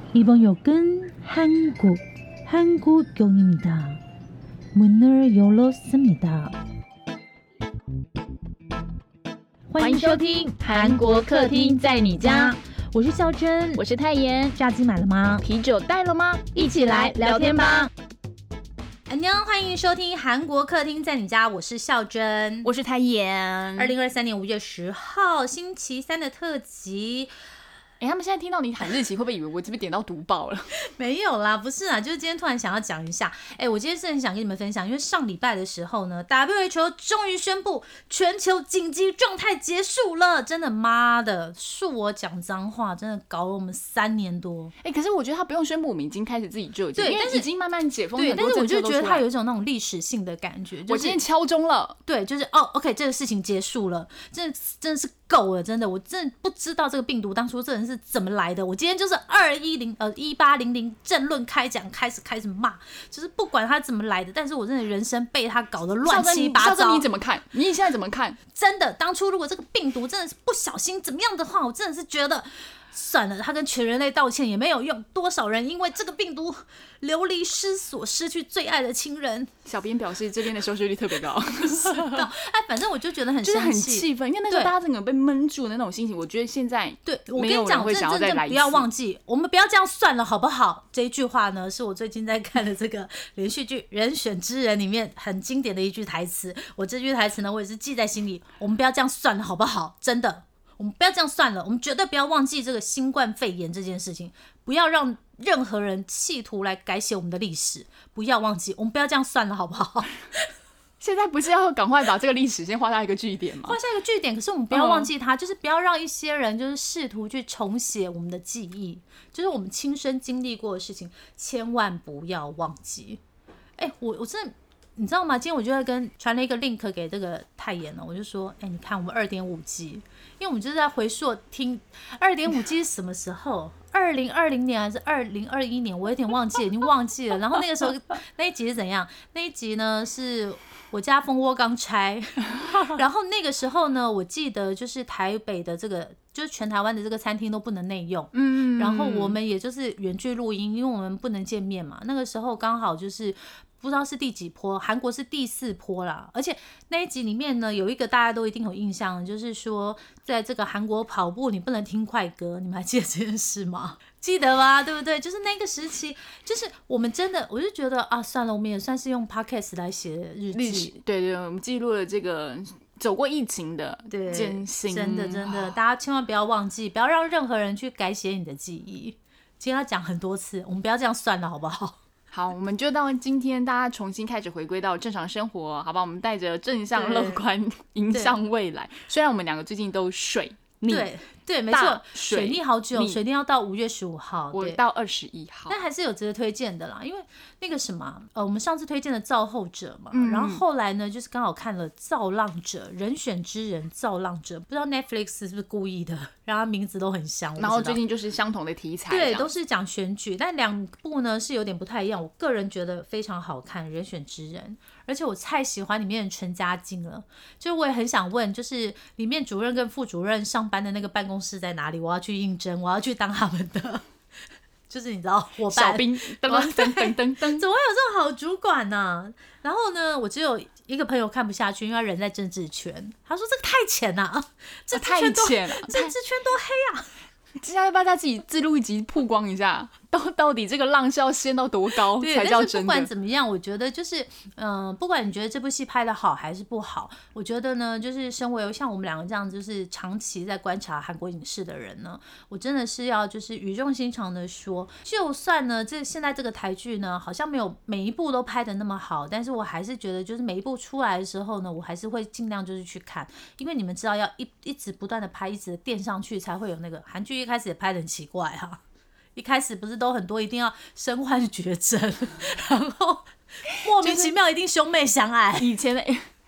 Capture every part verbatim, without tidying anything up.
이번 역은 한국, 한국역입니다. 문을 열었습니다. 欢迎收听韩国客厅在你家， 我是孝珍， 我是泰妍。 炸鸡买了吗？ 啤酒带了吗？一起来聊天吧。 안녕，欢迎收听韩国客厅在你家，我是孝珍， 我是泰妍。 二零二三年五月十号星期三的特辑。 哎、欸，他们现在听到你喊日期，会不会以为我这边点到毒爆了？ 没有啦，不是啊，就是今天突然想要讲一下。哎、欸，我今天是很想跟你们分享，因为上礼拜的时候呢 ，W H O 终于宣布全球紧急状态结束了。真的妈的，恕我讲脏话，真的搞了我们三年多。 哎、欸，可是我觉得他不用宣布，我们已经开始自己救济， 对， 因为已经慢慢解封， 对，但是我就觉得他有一种种那种历史性的感觉。就是、 我今天敲钟了， 对，就是哦 ，OK， 这个事情结束了，真的真的是够了，真的，我真的不知道这个病毒当初真的是怎么来的。我今天就是二一零呃一八零零政论开讲，开始开始骂，就是不管他怎么来的，但是我真的人生被他搞得乱七八糟。 孝珍你怎么看？你现在怎么看？ 真的，当初如果这个病毒真的是不小心怎么样的话，我真的是觉得算了，他跟全人类道歉也没有用。多少人因为这个病毒流离失所，失去最爱的亲人。 小编表示这边的收视率特别高， 哎，反正我就觉得很生气， 就是很气愤，因为那时候大家整个被闷住的那种心情，我觉得现在对我跟你讲，我真的真的不要忘记，我们不要这样算了，好不好？这一句话呢，是我最近在看的这个连续剧《人选之人》里面很经典的一句台词。我这句台词呢，我也是记在心里。我们不要这样算了，好不好？真的。我们不要这样算了，我们绝对不要忘记这个新冠肺炎这件事情，不要让任何人企图来改写我们的历史，不要忘记，我们不要这样算了，好不好？ 现在不是要赶快把这个历史先画下一个句点吗？ 画下一个句点，可是我们不要忘记它，嗯、就是不要让一些人就是试图去重写我们的记忆，就是我们亲身经历过的事情，千万不要忘记。哎、欸，我我真的。你知道吗？今天我就在跟传了一个 link 给这个泰妍了，我就说，哎、欸，你看我们 二点五 G， 因为我们就是在回溯听 二点五 G 是什么时候？二零二零年还是二零二一年？我有点忘记了，已经忘记了。然后那个时候那一集是怎样？那一集呢是我家蜂窝刚拆，然后那个时候呢，我记得就是台北的这个。就是全台湾的这个餐厅都不能内用，嗯，然后我们也就是远距录音，因为我们不能见面嘛。那个时候刚好就是不知道是第几波，韩国是第四波啦。而且那一集里面呢，有一个大家都一定有印象，就是说在这个韩国跑步你不能听快歌，你们还记得这件事吗？记得吗？对不对？就是那个时期，就是我们真的，我就觉得啊，算了，我们也算是用 podcast 来写日记， 对对，我们记录了这个。走过疫情的艰辛， 真的真的，大家千万不要忘记，不要让任何人去改写你的记忆。今天要讲很多次，我们不要这样算了，好不好？ 好，我们就到今天，大家重新开始回归到正常生活，好吧？我们带着正向乐观迎向未来。虽然我们两个最近都水逆， 对对，没错，水逆好久，水逆要到五月十五号， 我到二十一号， 但还是有值得推荐的啦，因为那个什么，呃，我们上次推荐的《造后者》嘛，嗯、然后后来呢，就是刚好看了《造浪者》，人选之人，造浪者，不知道 Netflix 是不是故意的，让他名字都很像。 然后最近就是相同的题材， 对，都是讲选举，但两部呢是有点不太一样。我个人觉得非常好看，《人选之人》，而且我太喜欢里面的陈嘉静了，就我也很想问，就是里面主任跟副主任上班的那个办公室在哪里？我要去应征，我要去当他们的。就是你知道伙伴小兵噔噔噔噔噔噔， 怎么会有这种好主管呢、啊？然后呢，我只有一个朋友看不下去，因为他人在政治圈，他说这个太浅了、啊，这太浅了， 政治圈多黑啊！ 接下来要大家自己自录一集曝光一下，到到底这个浪是要掀到多高才叫真的？ 但是不管怎么样，我觉得就是，嗯、呃，不管你觉得这部戏拍得好还是不好，我觉得呢，就是身为像我们两个这样，就是长期在观察韩国影视的人呢，我真的是要就是语重心长的说，就算呢，这现在这个台剧呢，好像没有每一部都拍得那么好，但是我还是觉得，就是每一部出来的时候呢，我还是会尽量就是去看，因为你们知道要一一直不断的拍，一直垫上去，才会有那个韩剧一开始也拍得很奇怪哈、啊。一开始不是都很多一定要身患绝症，然后莫名其妙一定兄妹相爱。 以前的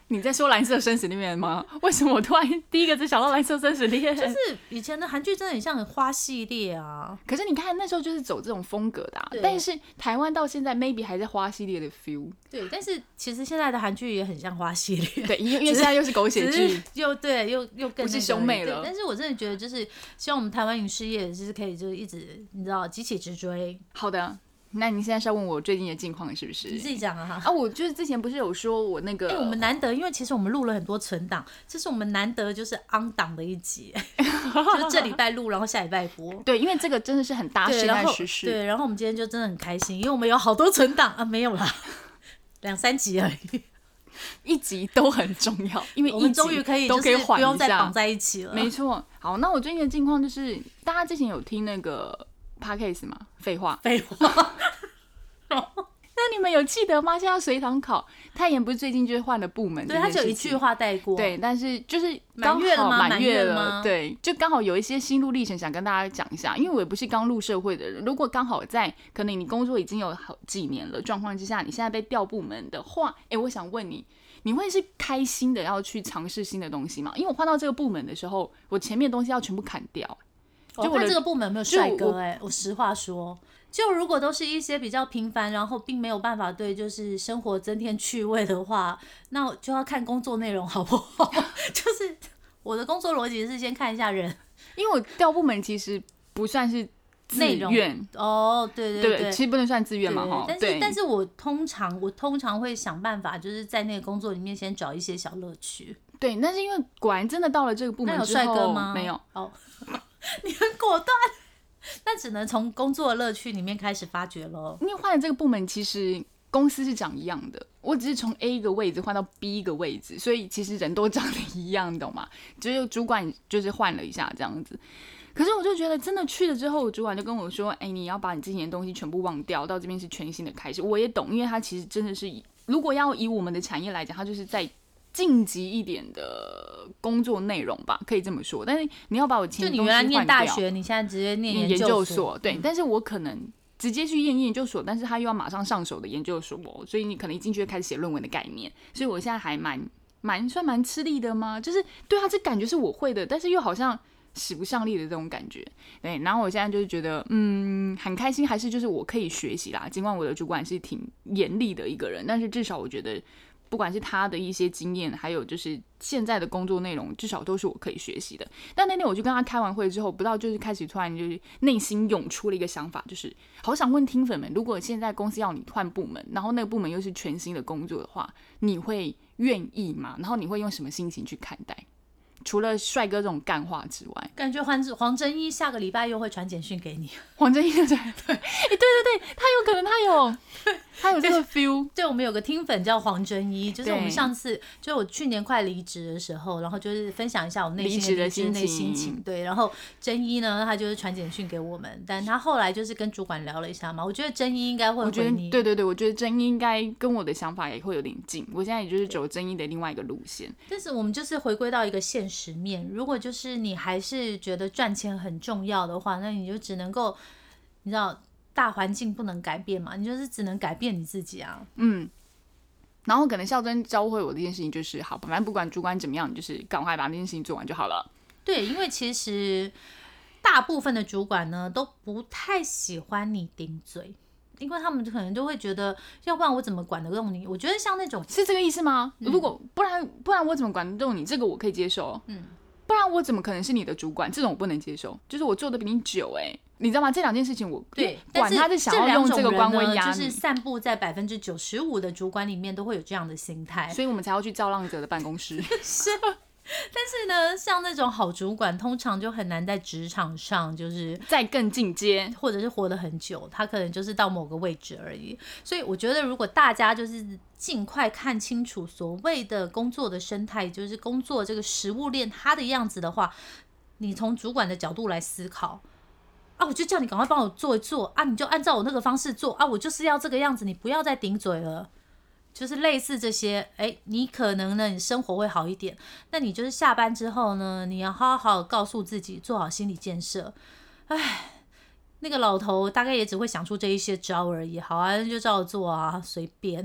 你在说蓝色生死恋吗？为什么我突然第一个就想到蓝色生死恋？ 就是以前的韩剧真的很像很花系列啊。 可是你看那时候就是走这种风格的、啊，但是台湾到现在 maybe 还在花系列的 feel。 对，但是其实现在的韩剧也很像花系列。 对，因为现在又是狗血剧， 又对又又更、那個、 不是兄妹了。 但是我真的觉得就是希望我们台湾影视业就是可以就一直你知道急起直追。 好的。那你现在是要问我最近的近况是不是？ 你自己讲啊！ 啊，我就是之前不是有说我那个， 哎、欸，我们难得，因为其实我们录了很多存档，这是我们难得就是 on 档的一集，就是这礼拜录，然后下礼拜播。 对，因为这个真的是很搭现在时事。 对，然后我们今天就真的很开心，因为我们有好多存档啊，没有啦，两三集而已， 一集都很重要，因为我们终于可以就是不用再绑在一起了。 没错，好，那我最近的近况就是，大家之前有听那个 podcast 吗？废话， 废话。 那你们有记得吗？现在随堂考，泰妍不是最近就是换了部门， 对，他只有一句话带过， 对，但是就是刚好满月了吗？ 满月了， 吗对，就刚好有一些心路历程想跟大家讲一下，因为我也不是刚入社会的人，如果刚好在可能你工作已经有好几年了状况之下，你现在被调部门的话，哎，我想问你，你会是开心的要去尝试新的东西吗？因为我换到这个部门的时候，我前面的东西要全部砍掉。 我看这个部门有没有帅哥哎、欸，我实话说，就如果都是一些比较平凡，然后并没有办法对就是生活增添趣味的话，那就要看工作内容好不好？就是我的工作逻辑是先看一下人， 因为我调部门其实不算是自愿哦，对对 对, 对，其实不能算自愿嘛哈。 但是但是我通常我通常会想办法，就是在那个工作里面先找一些小乐趣。 对，但是因为果然真的到了这个部门之后， 那有帅哥吗？ 没有哦。你很果断，那只能从工作的乐趣里面开始发掘咯。 因为换了这个部门，其实公司是长一样的，我只是从 A 一个位置换到 B 一个位置，所以其实人都长得一样，懂吗？只有主管就是换了一下这样子。可是我就觉得真的去了之后，主管就跟我说：“哎、欸，你要把你之前的东西全部忘掉，到这边是全新的开始。”我也懂，因为他其实真的是，如果要以我们的产业来讲，他就是在晋级一点的工作内容吧，可以这么说。但是你要把我前就你原来念大学，你现在直接念研究所， 对、嗯。但是我可能直接去念研究所，但是他又要马上上手的研究所，所以你可能一进去就开始写论文的概念。所以我现在还蛮蛮算蛮吃力的吗？就是对啊，这感觉是我会的，但是又好像使不上力的这种感觉。对，然后我现在就是觉得，嗯，很开心，还是就是我可以学习啦。尽管我的主管是挺严厉的一个人，但是至少我觉得。不管是他的一些经验，还有就是现在的工作内容，至少都是我可以学习的。但那天我就跟他开完会之后，不到就是开始突然就是内心涌出了一个想法，就是好想问听粉们，如果现在公司要你换部门，然后那个部门又是全新的工作的话，你会愿意吗？然后你会用什么心情去看待？除了帅哥这种干话之外， 感觉黄黄真一下个礼拜又会传简讯给你。 黄真一对对对，哎、欸、对对对，他有可能他有他有这个 feel。 对，我们有个听粉叫黄真一，就是我们上次就我去年快离职的时候，然后就是分享一下我内心的离职的心情。对，然后真一呢，他就是传简讯给我们，但他后来就是跟主管聊了一下嘛，我觉得真一应该会回你。 我觉得对对对，我觉得真一应该跟我的想法也会有点近。我现在也就是走真一的另外一个路线。 但是我们就是回归到一个现实。实面，如果就是你还是觉得赚钱很重要的话，那你就只能够，你知道大环境不能改变嘛，你就是只能改变你自己啊。 嗯，然后可能孝真教会我的一件事情就是，好，反正不管主管怎么样，你就是赶快把那件事情做完就好了。 对，因为其实大部分的主管呢都不太喜欢你顶嘴。因为他们可能就会觉得，要不然我怎么管得动你？我觉得像那种是这个意思吗？嗯、如果不然不然我怎么管得动你？这个我可以接受。嗯，不然我怎么可能是你的主管？这种我不能接受。就是我做的比你久、欸，哎，你知道吗？这两件事情我对， 管他是想要用这个官威压你，就是散布在百分之九十五的主管里面都会有这样的心态， 所以我们才要去造浪者的办公室。 是。但是呢，像那种好主管，通常就很难在职场上就是再更进阶， 或者是活得很久，他可能就是到某个位置而已。所以我觉得，如果大家就是尽快看清楚所谓的工作的生态，就是工作这个食物链它的样子的话，你从主管的角度来思考啊，我就叫你赶快帮我做一做啊，你就按照我那个方式做啊，我就是要这个样子，你不要再顶嘴了。就是类似这些，哎，你可能呢，你生活会好一点。那你就是下班之后呢，你要好好告诉自己，做好心理建设。哎，那个老头大概也只会想出这一些招而已。好啊，就照做啊，随便。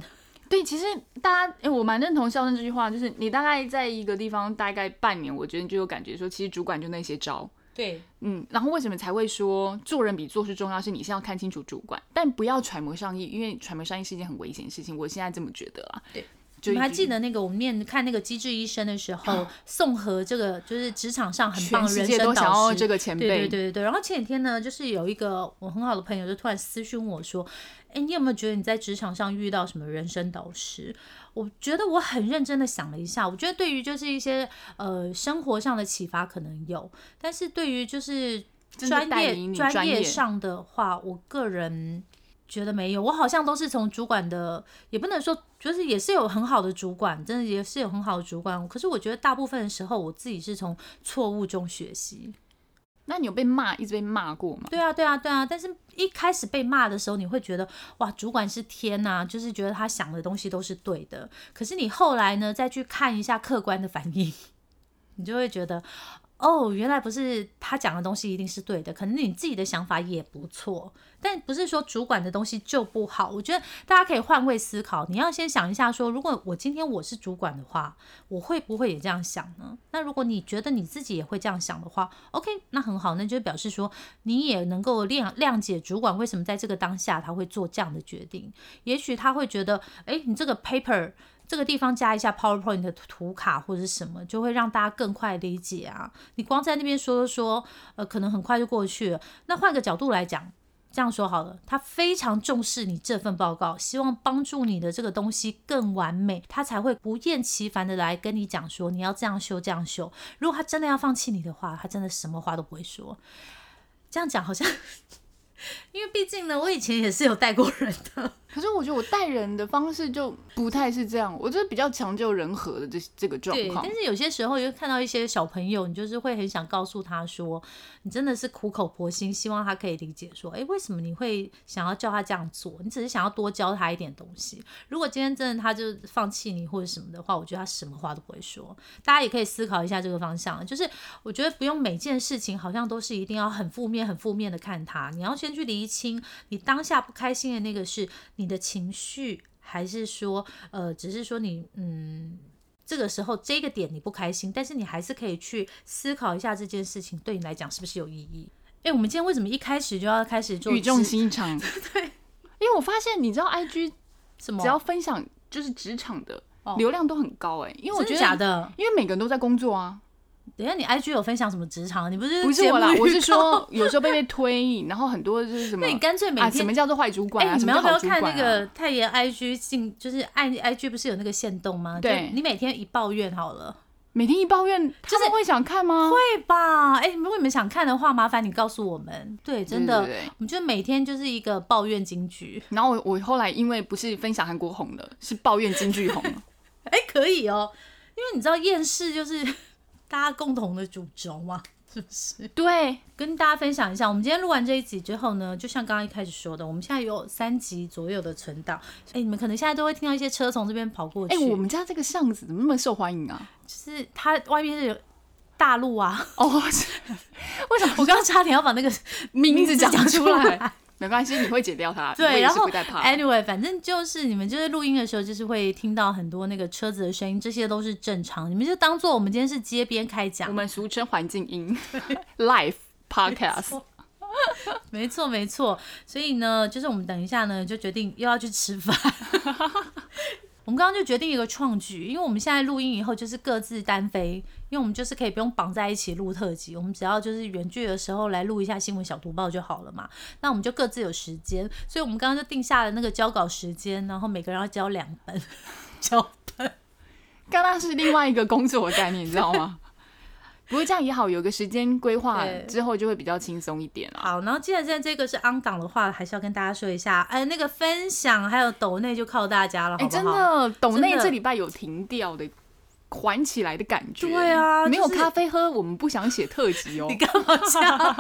对，其实大家，哎、欸，我蛮认同孝正这句话，就是你大概在一个地方大概半年，我觉得你就有感觉说，其实主管就那些招。 对， 嗯，然后为什么才会说做人比做事重要？是你先要看清楚主管，但不要揣摩上意，因为揣摩上意是一件很危险的事情。我现在这么觉得啊。 对。你们还记得那个我们念看那个《机智医生》的时候，宋和这个就是职场上很棒的人生导师，全世界都想要这个前辈。 对对对对。然后前几天呢，就是有一个我很好的朋友就突然私讯我说：“哎，你有没有觉得你在职场上遇到什么人生导师？”我觉得我很认真的想了一下，我觉得对于就是一些呃生活上的启发可能有，但是对于就是专业专业上的话，我个人觉得没有。我好像都是从主管的，也不能说就是也是有很好的主管，真的也是有很好的主管，可是我觉得大部分的时候我自己是从错误中学习。 那你有被骂，一直被骂过吗？ 对啊，对啊，对啊。但是一开始被骂的时候，你会觉得哇，主管是天啊，就是觉得他想的东西都是对的。可是你后来呢，再去看一下客观的反应，你就会觉得哦，原来不是他讲的东西一定是对的，可能你自己的想法也不错，但不是说主管的东西就不好。我觉得大家可以换位思考，你要先想一下说，如果我今天我是主管的话，我会不会也这样想呢？那如果你觉得你自己也会这样想的话 OK， 那很好，那就表示说你也能够谅谅解主管为什么在这个当下他会做这样的决定。也许他会觉得哎，你这个 paper这个地方加一下 PowerPoint 的图卡或者是什么，就会让大家更快理解啊。你光在那边说说，呃，可能很快就过去了。那换个角度来讲，这样说好了，他非常重视你这份报告，希望帮助你的这个东西更完美，他才会不厌其烦的来跟你讲说你要这样修这样修。如果他真的要放弃你的话，他真的什么话都不会说。这样讲好像因为毕竟呢，我以前也是有带过人的。 可是我觉得我带人的方式就不太是这样，我觉得比较强就人和的这这个状况。 对，但是有些时候又看到一些小朋友，你就是会很想告诉他说，你真的是苦口婆心，希望他可以理解说，哎，为什么你会想要叫他这样做？你只是想要多教他一点东西。如果今天真的他就放弃你或者什么的话，我觉得他什么话都不会说。大家也可以思考一下这个方向，就是我觉得不用每件事情好像都是一定要很负面、很负面的看它，你要先去厘清你当下不开心的那个是你的情绪，还是说呃，只是说你嗯，这个时候这个点你不开心，但是你还是可以去思考一下这件事情对你来讲是不是有意义。哎，我们今天为什么一开始就要开始做语重心长？ 对， 因为我发现你知道 I G 什么， 只要分享就是职场的流量都很高哎、欸，因为我觉得真的假的， 因为每个人都在工作啊。 等一下，你 I G 有分享什么职场？你不是不是我啦，我是说有时候被被推，然后很多就是什么， 那你干脆每天、 啊、什么叫做坏主管啊？ 欸、你们要不要看那啊、 个太爷 I G 进，就是爱 I G 不是有那个限动吗？ 对， 你每天一抱怨好了， 每天一抱怨，他们会想看吗？ 会吧？哎、欸，如果你们想看的话，麻烦你告诉我们。对，真的， 对对对， 我们就每天就是一个抱怨金句。 然后我我后来因为不是分享韩国红的，是抱怨金句红了。 哎、欸，可以哦，因为你知道厌世就是大家共同的主轴嘛，是不是？ 对， 跟大家分享一下，我们今天录完这一集之后呢，就像刚刚一开始说的，我们现在有三集左右的存档。哎，你们可能现在都会听到一些车从这边跑过去。 哎，我们家这个巷子怎么那么受欢迎啊？ 就是它外面是有大陆啊。 哦，为什么我刚刚差点要把那个名字讲出来？没关系，你会解掉它。 对，然后 anyway， 反正就是你们就是录音的时候，就是会听到很多那个车子的声音，这些都是正常。你们就当做我们今天是街边开讲， 我们俗称环境音 ，live podcast。 没错没错，所以呢，就是我们等一下呢，就决定又要去吃饭。我们刚刚就决定一个创举，因为我们现在录音以后就是各自单飞，因为我们就是可以不用绑在一起录特辑，我们只要就是远距的时候来录一下新闻小读报就好了嘛。那我们就各自有时间，所以我们刚刚就定下了那个交稿时间，然后每个人要交两本脚本。 刚刚是另外一个工作的概念，你知道吗？不过这样也好，有个时间规划之后就会比较轻松一点啦。 好，然后既然现在这个是 on 档的话，还是要跟大家说一下，哎，那个分享还有抖内就靠大家了，好不好？ 真的，抖内这礼拜有停掉的，缓起来的感觉。 对啊， 没有咖啡喝，我们不想写特辑哦。 你干嘛这样？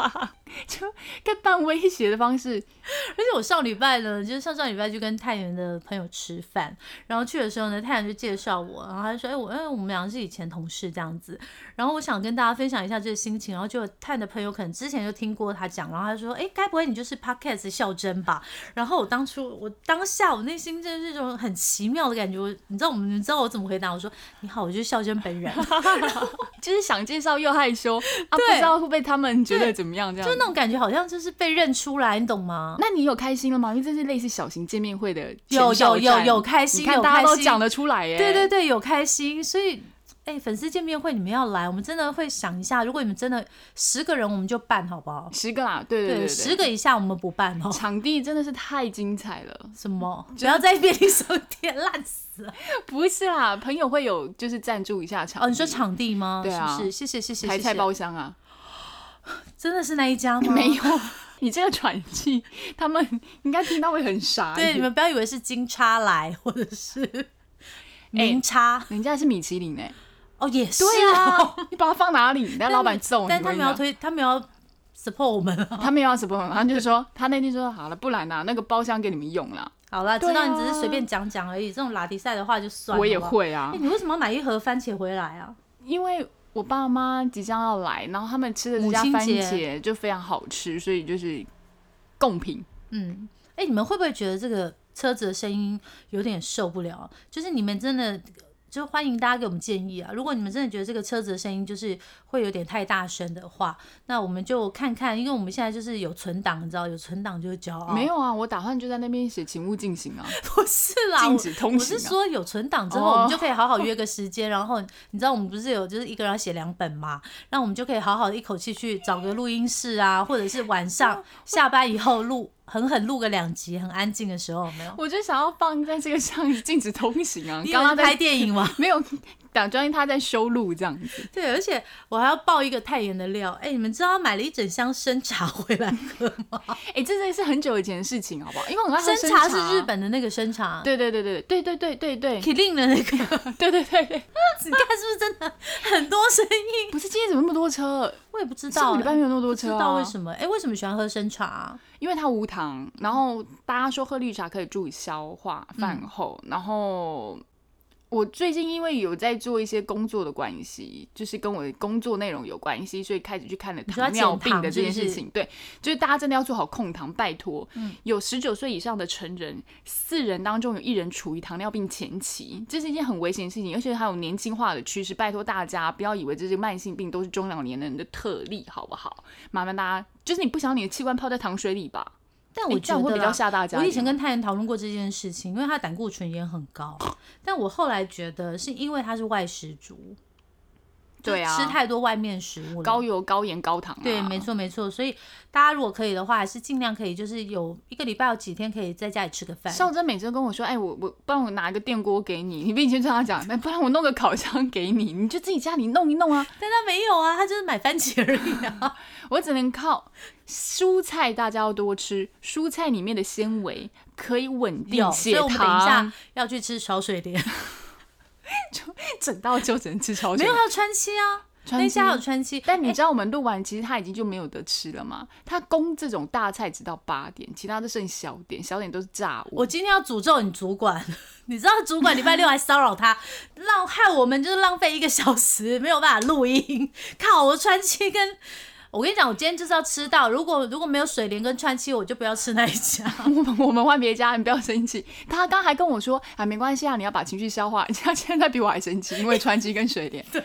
就跟半威胁的方式。 而且我上礼拜呢，就是上上礼拜就跟太原的朋友吃饭，然后去的时候呢，太原就介绍我，然后他就说：“哎，我哎，我们两个是以前同事这样子。”然后我想跟大家分享一下这个心情，然后就太原的朋友可能之前就听过他讲，然后他说：“哎，该不会你就是 Podcast 孝真吧？”然后我当初我当下我内心真的是一种很奇妙的感觉，我你知道我们你知道我怎么回答？我说：“你好，我就是孝真本人。” 就是想介绍又害羞啊，不知道会不会他们觉得怎么样这样， 就那种感觉好像就是被认出来，你懂吗？ 那你有开心了吗？因为这是类似小型见面会的有有有有开心， 你看大家都讲得出来耶。 对对对，有开心，所以哎，粉丝见面会你们要来，我们真的会想一下，如果你们真的十个人，我们就办好不好？ 十个啦，对对 对, 对, 对， 十个以下我们不办哦。 场地真的是太精彩了， 什么？不要在便利商店烂死了。 不是啦，朋友会有就是赞助一下场地。 哦，你说场地吗？ 对啊， 是不是？谢谢谢谢。 台菜包厢啊， 真的是那一家吗？ 没有。你这个喘气，他们应该听到会很傻。 对，你们不要以为是金叉来，或者是名叉， 欸、人家是米其林哎、欸。 哦，也是。 对啊，你把它放哪里？那老板揍你。 但他们要推，他们要 support 我们、啊， 他们要 support 我们，他就说，他那天说好了，不然啊，那个包厢给你们用啦。 好啦，知道你只是随便讲讲而已，这种拉迪赛的话就算了。 我也会啊、 欸。你为什么要买一盒番茄回来啊？ 因为我爸妈即将要来，然后他们吃的这家番茄就非常好吃，所以就是贡品。 嗯，哎、欸，你们会不会觉得这个车子的声音有点受不了？就是你们真的。就欢迎大家给我们建议啊！如果你们真的觉得这个车子的声音就是会有点太大声的话，那我们就看看，因为我们现在就是有存档，你知道有存档就是骄傲。 没有啊，我打算就在那边写请勿进行啊， 不是啦， 禁止通行、啊。 我是说有存档之后，我们就可以好好约个时间， oh. 然后你知道我们不是有就是一个人要写两本嘛，那我们就可以好好的一口气去找个录音室啊，或者是晚上下班以后录。狠狠录个两集，很安静的时候，有没有？ 我就想要放在这个上禁止通行啊！ 你刚刚拍电影吗？ 没有，假装他在修路这样子。 对，而且我还要爆一个太原的料。哎、欸，你们知道买了一整箱生茶回来喝吗？ 哎、欸，这真的是很久以前的事情，好不好？因为我生生茶是日本的那个生茶， 对对对对对对对对对 ，Killing 的那个， 对对对对。 你看是不是真的很多声音？ 不是，今天怎么那么多车？ 我也不知道、欸， 上个礼拜没有那么多车、啊， 不知道为什么？哎、欸，为什么喜欢喝生茶、啊？ 因为它无糖，然后大家说喝绿茶可以助消化饭后、嗯，然后我最近因为有在做一些工作的关系，就是跟我的工作内容有关系，所以开始去看了糖尿病的这件事情。是是对，就是大家真的要做好控糖，拜托、嗯，有十九岁以上的成人，四人当中有一人处于糖尿病前期，这是一件很危险的事情，而且还有年轻化的趋势。拜托大家不要以为这些慢性病都是中老年人的特例，好不好？麻烦大家，就是你不想你的器官泡在糖水里吧？ 但我觉得、 欸、会比较吓大家。 我以前跟太原讨论过这件事情，因为他胆固醇也很高，但我后来觉得是因为他是外食族，对啊，吃太多外面食物了， 高油、高盐、高糖、啊。 对，没错没错。所以大家如果可以的话，还是尽量可以，就是有一个礼拜有几天可以在家里吃个饭。 孝真每次都跟我说：“哎、欸，我我不然我拿一个电锅给你，你不以前跟他讲，那不然我弄个烤箱给你，你就自己家里弄一弄啊。” 但他没有啊，他就是买番茄而已啊。 我只能靠蔬菜，大家要多吃，蔬菜里面的纤维可以稳定血糖。所以我们等一下要去吃潮水莲， 就整到就只能吃潮水莲。 没有，还有川七啊。那家有川七， 但你知道我们录完，其实他已经就没有得吃了吗？他供这种大菜直到八点，其他都剩小点，小点都是炸物。 我今天要诅咒你主管，你知道主管礼拜六还骚扰他，浪害我们就是浪费一个小时没有办法录音。靠，我川七跟我跟你讲，我今天就是要吃到，如果如果没有水莲跟川七，我就不要吃那一家。 我们我们换别家，你不要生气。他刚还跟我说啊，没关系啊，你要把情绪消化。他现在比我还生气，因为川七跟水莲。 对。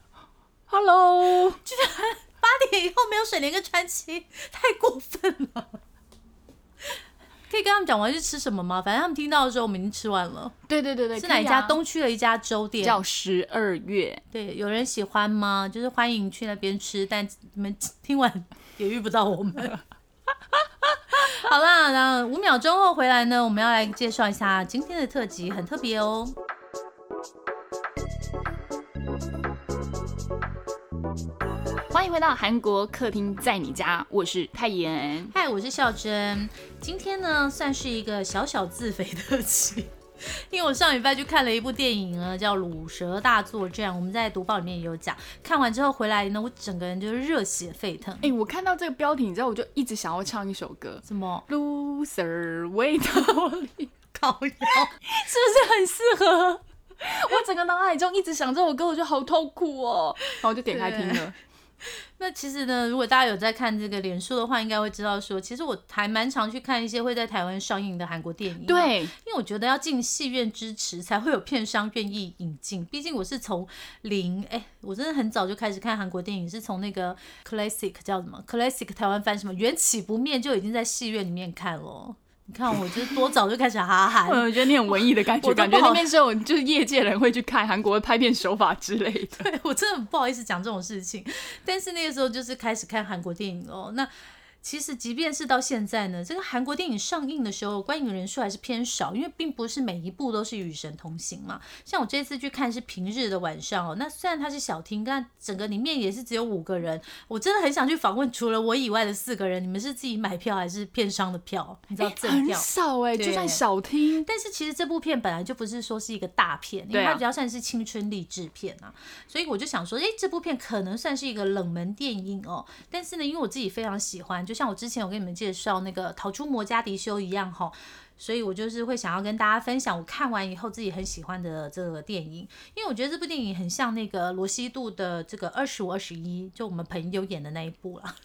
Hello， 居然八点以后没有水莲跟川七，太过分了。可以跟他们讲我要去吃什么吗？反正他们听到的时候，我们已经吃完了。 对对对对， 是哪一家？ 啊、 东区的一家粥店， 叫十二月。 对，有人喜欢吗？就是欢迎去那边吃，但你们听完也遇不到我们。好啦，然后五秒钟后回来呢，我们要来介绍一下今天的特辑，很特别哦。 欢迎回到韩国客厅在你家，我是泰妍。 嗨，我是孝真。今天呢，算是一个小小自肥特辑。 因为我上礼拜去看了一部电影呢，叫《乳蛇大作战》，我们在读报里面也有讲。看完之后回来呢，我整个人就是热血沸腾。 哎、欸，我看到这个标题，你知道，我就一直想要唱一首歌， 什么 ？Loser 味道里高腰， 是不是很适合？我整个脑海中一直想这首歌，我觉得好痛苦哦，然后我就点开听了。 那其实呢，如果大家有在看这个脸书的话，应该会知道说，其实我还蛮常去看一些会在台湾上映的韩国电影。 对， 因为我觉得要进戏院支持，才会有片商愿意引进。毕竟我是从零，哎、欸，我真的很早就开始看韩国电影，是从那个 Classic 叫什么 Classic 台湾翻什么缘起不灭就已经在戏院里面看了。你看，我就是多早就开始哈韩。 我觉得你很文艺的感觉，感觉那边是有就是业界人会去看韩国的拍片手法之类的。 对，我真的很不好意思讲这种事情，但是那个时候就是开始看韩国电影哦。那其实即便是到现在呢，这个韩国电影上映的时候，观影人数还是偏少，因为并不是每一部都是与神同行嘛。像我这次去看是平日的晚上哦，那虽然它是小厅，但整个里面也是只有五个人。我真的很想去访问除了我以外的四个人，你们是自己买票还是片商的票？你知道赠票、 欸、很少哎、欸，就算小厅。 但是其实这部片本来就不是说是一个大片，因为它比较算是青春励志片啊，所以我就想说，哎、欸，这部片可能算是一个冷门电影哦。但是呢，因为我自己非常喜欢，就像我之前有跟你们介绍那个逃出摩加迪休一样齁，所以我就是会想要跟大家分享我看完以后自己很喜欢的这个电影。因为我觉得这部电影很像那个罗西度的这个二十五二十一，就我们朋友演的那一部啦。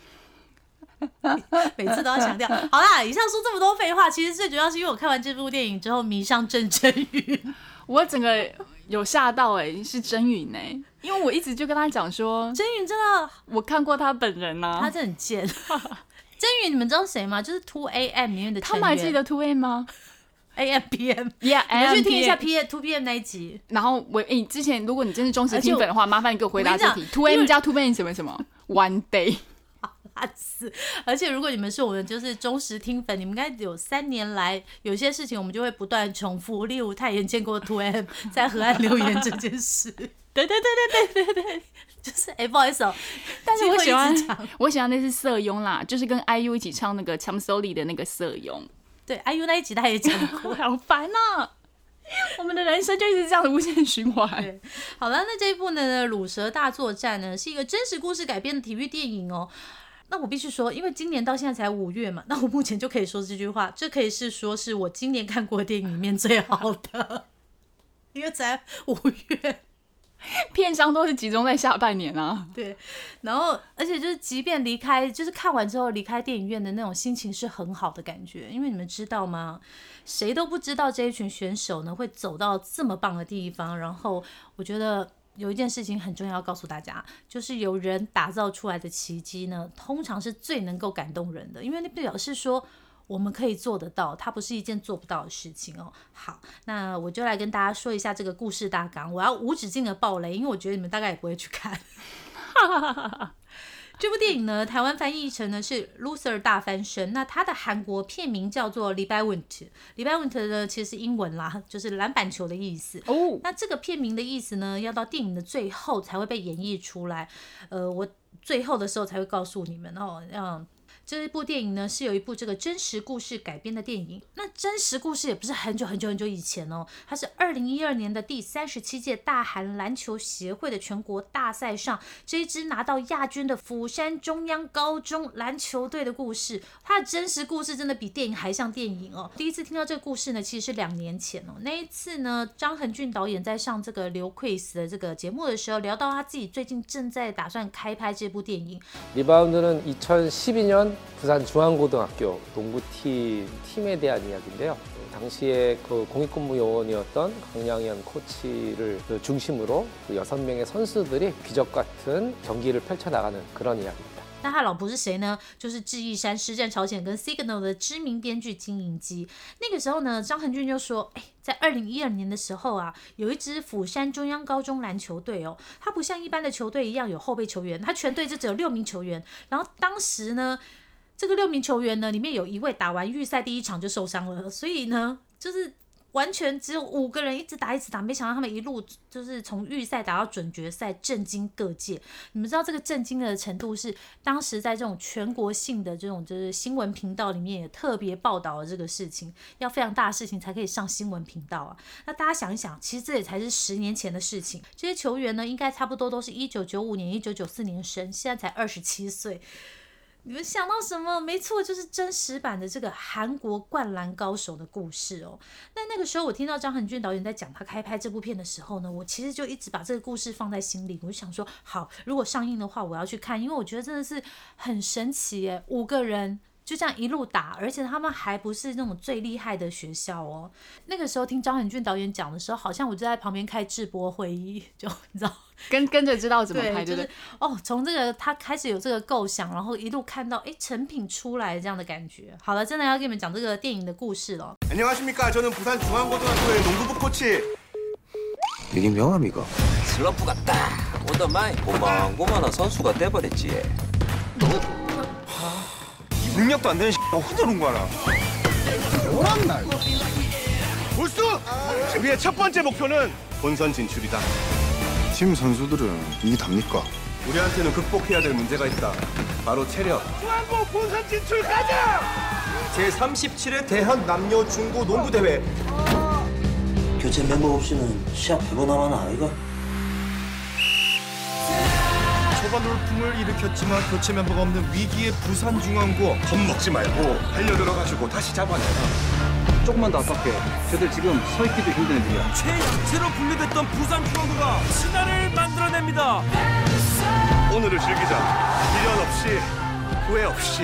每次都要强调。好啦，以上说这么多废话，其实最主要是因为我看完这部电影之后迷上郑真云。我整个有吓到哎、欸，是真云哎、欸，因为我一直就跟他讲说， 真云真的， 我看过他本人啊， 他真的很贱。真云你们知道谁吗？就是 two A M 里面的成员。 他们还记得 two A M 吗 ？A M P M，yeah， 你们去听一下 P two P M 那一集。 然后我诶、欸，之前如果你真是忠实听粉的话，麻烦你给我回答这题 two A M 加 two A M 什么什么 one day。 而且如果你们是我们就是忠实听粉，你们应该有三年来有些事情我们就会不断重复，例如太妍见过 two A M 在河岸留言这件事。对对对对对对对，就是哎、欸，不好意思哦， 但是我喜欢我喜欢那是瑟雍啦，就是跟 I U 一起唱那个 Chamsoli 的那个瑟雍。 对 ，I U 那一集他也讲过， 好烦啊！我们的人生就一直这样的无限循环。 好了，那这一部呢，《乳蛇大作战》呢，是一个真实故事改编的体育电影哦。那我必须说，因为今年到现在才五月嘛，那我目前就可以说这句话，这可以是说是我今年看过的电影里面最好的，因为才五月。 片商都是集中在下半年啊， 对，然后而且就是即便离开，就是看完之后离开电影院的那种心情是很好的感觉，因为你们知道吗？谁都不知道这一群选手呢会走到这么棒的地方，然后我觉得有一件事情很重要要告诉大家，就是有人打造出来的奇迹呢，通常是最能够感动人的，因为那表示说我们可以做得到，它不是一件做不到的事情哦。好，那我就来跟大家说一下这个故事大纲，我要无止境的爆雷，因为我觉得你们大概也不会去看。这部电影呢，台湾翻译成呢是 Loser 大翻身，那它的韩国片名叫做 Rebound。Rebound 呢其实是英文啦，就是篮板球的意思。哦，那这个片名的意思呢，要到电影的最后才会被演绎出来。呃，我最后的时候才会告诉你们哦，嗯。这部电影呢是有一部这个真实故事改编的电影，那真实故事也不是很久很久很久以前哦，它是二零一二年的第三十七届大韩篮球协会的全国大赛上，这一支拿到亚军的釜山中央高中篮球队的故事。它的真实故事真的比电影还像电影哦。第一次听到这个故事呢，其实是兩年前哦。那一次呢，張恆俊導演在上這個劉 quiz 的這個節目的時候，聊到他自己最近正在打算開拍這部電影。 리바운드는 이천십이 년 부산 중앙고등학교 농구팀 팀에 대한 이야기인데요. 당시에 그 공익근무 요원이었던 강양현 코치를 중심으로 그 여섯 명의 선수들이 기적 같은 경기를 펼쳐나가는 그런 이야기입니다. 那他老婆是谁呢？就是智异山、师战朝鲜跟 Signal 的知名编剧金银基。那个时候呢，张恆俊就说：“哎，在二零一二年的时候啊，有一支釜山中央高中篮球队哦，它不像一般的球队一样有后备球员，它全队就只有六名球员。然后当时呢，这个六名球员呢，里面有一位打完预赛第一场就受伤了，所以呢，就是完全只有五个人一直打一直打，没想到他们一路就是从预赛打到准决赛，震惊各界。你们知道这个震惊的程度是，当时在这种全国性的这种就是新闻频道里面也特别报道了这个事情，要非常大的事情才可以上新闻频道啊。那大家想一想，其实这也才是十年前的事情。这些球员呢，应该差不多都是一九九五年、一九九四年生，现在才二十七岁。你们想到什么？没错，就是真实版的这个韩国灌篮高手的故事哦。那那个时候我听到张恒俊导演在讲他开拍这部片的时候呢，我其实就一直把这个故事放在心里。我就想说，好，如果上映的话，我要去看，因为我觉得真的是很神奇耶，五个人就这样一路打，而且他们还不是那种最厉害的学校哦。那个时候听张恒俊导演讲的时候，好像我就在旁边开直播会议，就你知道。 跟跟着知道怎么拍， 对，就是哦，从这个他开始有这个构想，然后一路看到哎成品出来这样的感觉。好了，真的要跟你们讲这个电影的故事了。 안녕하십니까? 저는 부산 중앙고등학교의 농구부 코치. 이게 명함이가? 슬럼프가 딱 오던 마이 고만고만한 선수가 돼버렸지. 능력도 안 되는 X가 혼자 농구하나? 뭐란 말? 볼수! 우리의 첫 번째 목표는 본선 진출이다. 팀 선수들은 이게 답니까? 우리한테는 극복해야 될 문제가 있다. 바로 체력. 중앙고 본선 진출 가자! 제삼십칠 회 대한 남녀 중고 농구 대회. 교체 멤버 없이는 시합 백 번 하면 아이가? 초반 돌풍을 일으켰지만 교체 멤버가 없는 위기의 부산중앙고 겁먹지 말고 달려들어가지고 다시 잡아내라. 조금만 더 압박해. 쟤들 지금 서 있기도 힘든 애들이야. 최약체로 분류됐던 부산중앙고가 신화를 만들어냅니다. 오늘을 즐기자. 미련 없이 후회 없이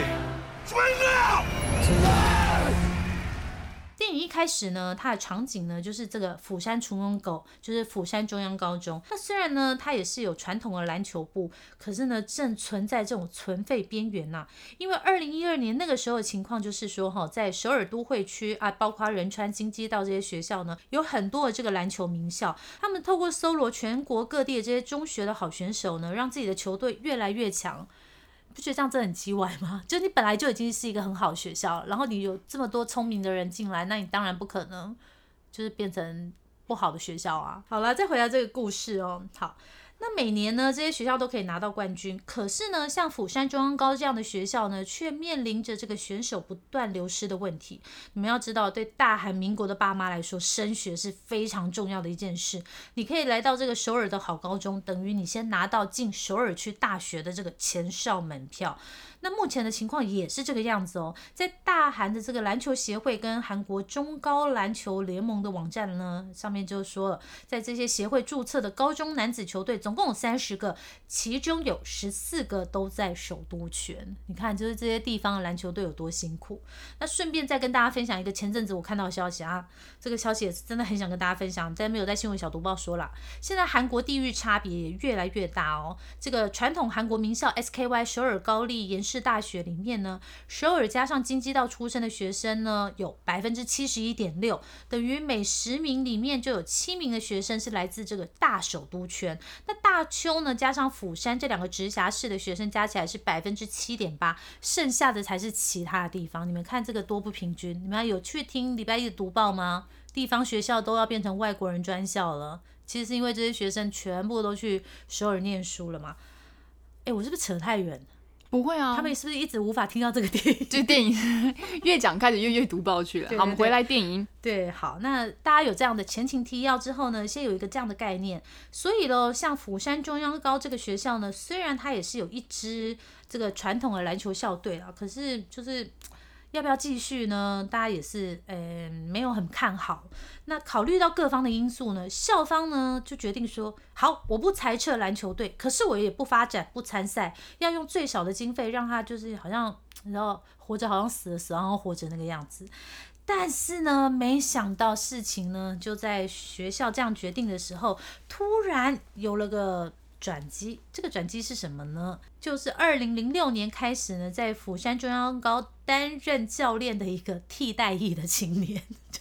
중앙고! 电影一开始呢，它的场景呢就是这个釜山중앙고，就是釜山中央高中。那虽然呢，它也是有传统的篮球部，可是呢，正存在这种存废边缘呐。因为二零一二年那个时候的情况就是说，哈，在首尔都会区啊，包括仁川、京畿道这些学校呢，有很多的这个篮球名校，他们透过搜罗全国各地的这些中学的好选手呢，让自己的球队越来越强。不觉得这样真的很鸡歪吗？就你本来就已经是一个很好的学校，然后你有这么多聪明的人进来，那你当然不可能就是变成不好的学校啊。好了，再回到这个故事哦。好，那每年呢，这些学校都可以拿到冠军，可是呢，像釜山中央高这样的学校呢，却面临着这个选手不断流失的问题。你们要知道，对大韩民国的爸妈来说，升学是非常重要的一件事。你可以来到这个首尔的好高中，等于你先拿到进首尔区大学的这个前哨门票。那目前的情况也是这个样子哦，在大韩的这个篮球协会跟韩国中高篮球联盟的网站呢，上面就说了，在这些协会注册的高中男子球队总共有三十个，其中有十四个都在首都圈。你看，就是这些地方的篮球队有多辛苦。那顺便再跟大家分享一个前阵子我看到的消息啊，这个消息也是真的很想跟大家分享，但没有在新闻小读报说啦。现在韩国地域差别也越来越大哦。这个传统韩国名校 S K Y 首尔高丽延世大学里面呢，首尔加上京畿道出身的学生呢，有百分之七十一点六，等于每十名里面就有七名的学生是来自这个大首都圈。那大邱呢，加上釜山这两个直辖市的学生加起来是百分之七点八，剩下的才是其他的地方。你们看这个多不平均。你们有去听礼拜一的读报吗？地方学校都要变成外国人专校了，其实是因为这些学生全部都去首尔念书了嘛。哎，我是不是扯太远？ 不会啊， 他们是不是一直无法听到这个电影？ 就电影越讲开始越越读报去了。 对对对， 好，我们回来电影。 对，好，那大家有这样的前情提要之后呢，先有一个这样的概念。所以呢，像釜山中央高这个学校呢，虽然它也是有一支这个传统的篮球校队啊，可是就是要不要继续呢？大家也是呃没有很看好。那考虑到各方的因素呢，校方呢就决定说，好，我不裁撤篮球队，可是我也不发展不参赛，要用最少的经费让他就是好像你知道活着好像死了，死了好像活着那个样子。但是呢，没想到事情呢就在学校这样决定的时候，突然有了个转机。这个转机是什么呢？就是二零零六年开始呢，在釜山中央高担任教练的一个替代役的青年，就是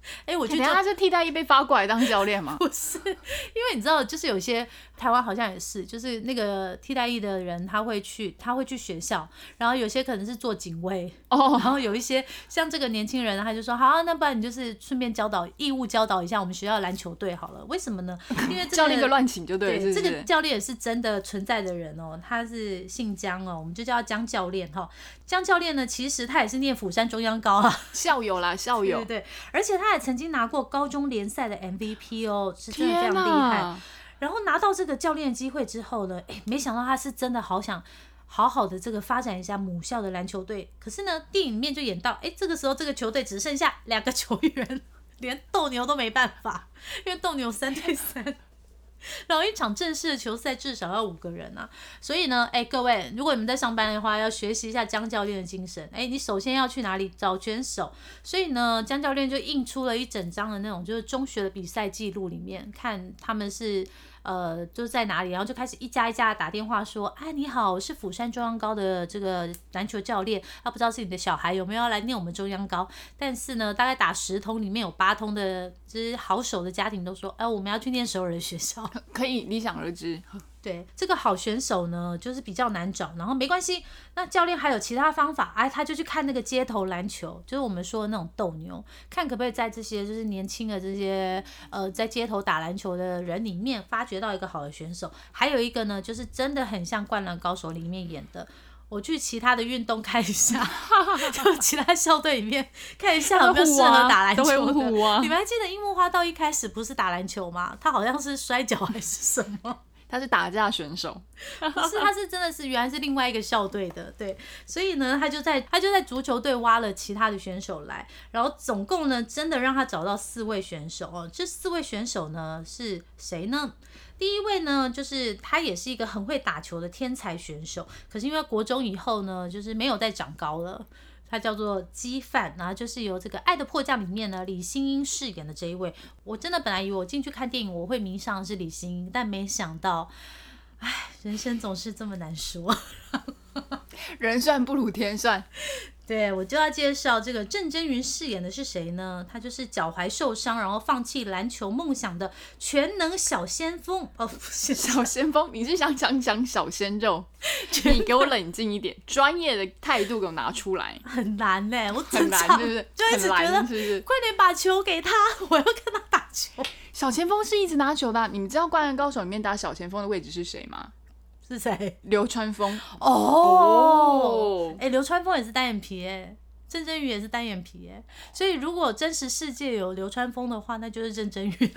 哎、欸，我觉得他是替代役被发过来当教练吗？ 不是，因为你知道，就是有些台湾好像也是，就是那个替代役的人，他会去，他会去学校，然后有些可能是做警卫哦， oh. 然后有一些像这个年轻人，他就说，好，那不然你就是顺便教导，义务教导一下我们学校的篮球队好了。为什么呢？因为、这个、 教练个乱请就对了， 对， 是不是？ 这个教练也是真的存在的人哦，他是姓江哦，我们就叫他江教练哈。江教练呢，其实他也是念釜山中央高啊， 校友啦，校友， 对对对，而且他也曾经拿过高中联赛的 M V P 哦，是真的非常厉害。然后拿到这个教练的机会之后呢，哎，没想到他是真的好想好好的这个发展一下母校的篮球队。可是呢，电影里面就演到，哎，这个时候这个球队只剩下两个球员，连斗牛都没办法，因为斗牛三对三。然后一场正式的球赛至少要五个人啊，所以呢，哎，各位，如果你们在上班的话，要学习一下江教练的精神。哎，你首先要去哪里找选手？所以呢，江教练就印出了一整张的那种，就是中学的比赛记录里面，看他们是呃就是在哪里，然后就开始一家一家的打电话说，哎，你好，我是釜山中央高的这个篮球教练，啊，不知道是你的小孩有没有要来念我们中央高？但是呢，大概打十通里面有八通的，就是好手的家庭都说，哎，我们要去念首尔的学校。 可以理想而知， 对，这个好选手呢，就是比较难找，然后没关系，那教练还有其他方法，哎，他就去看那个街头篮球，就是我们说的那种斗牛，看可不可以在这些就是年轻的这些呃在街头打篮球的人里面发掘到一个好的选手，还有一个呢，就是真的很像《灌篮高手》里面演的。我去其他的运动看一下，就其他校队里面看一下有没有适合打篮球的。 啊、 你们还记得樱木花道一开始不是打篮球吗？他好像是摔跤还是什么？ 他是打架选手， 不是，他是真的是原来是另外一个校队的，对，所以呢，他就在他就在足球队挖了其他的选手来，然后总共呢，真的让他找到四位选手哦。这四位选手呢是谁呢？第一位呢，就是他也是一个很会打球的天才选手，可是因为国中以后呢，就是没有再长高了。他叫做基范，然后就是由这个《爱的迫降》里面呢李星英饰演的这一位。我真的本来以为我进去看电影我会迷上的是李星英，但没想到，唉，人生总是这么难说。 人算不如天算。 对，我就要介绍这个郑真云饰演的是谁呢？他就是脚踝受伤，然后放弃篮球梦想的全能小先锋。哦，不是小先锋，你是想讲讲小鲜肉？你给我冷静一点，专业的态度给我拿出来。 很难呢、欸，我很难，是不是？ 就一直觉得， 是不是？ 快点把球给他，我要跟他打球。 小前锋是一直拿球的、啊，你们知道《灌篮高手》里面打小前锋的位置是谁吗？ 是谁？ 流川枫哦，哎、欸，流川枫也是单眼皮哎，郑真宇也是单眼皮哎，所以如果真实世界有流川枫的话，那就是郑真宇。天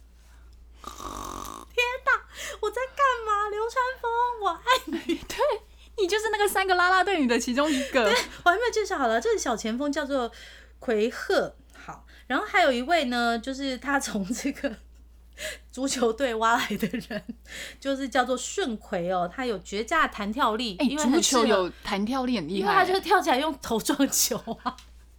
哪，我在干嘛？流川枫，我爱你。 对，你就是那个三个啦啦队里的其中一个。 对，我还没有介绍好了，这个小前锋叫做奎赫。好，然后还有一位呢，就是他从这个足球队挖来的人，就是叫做顺奎哦，他有绝佳的弹跳力， 欸、因为足球有弹跳力很厉害， 因为他就是跳起来用头撞球啊。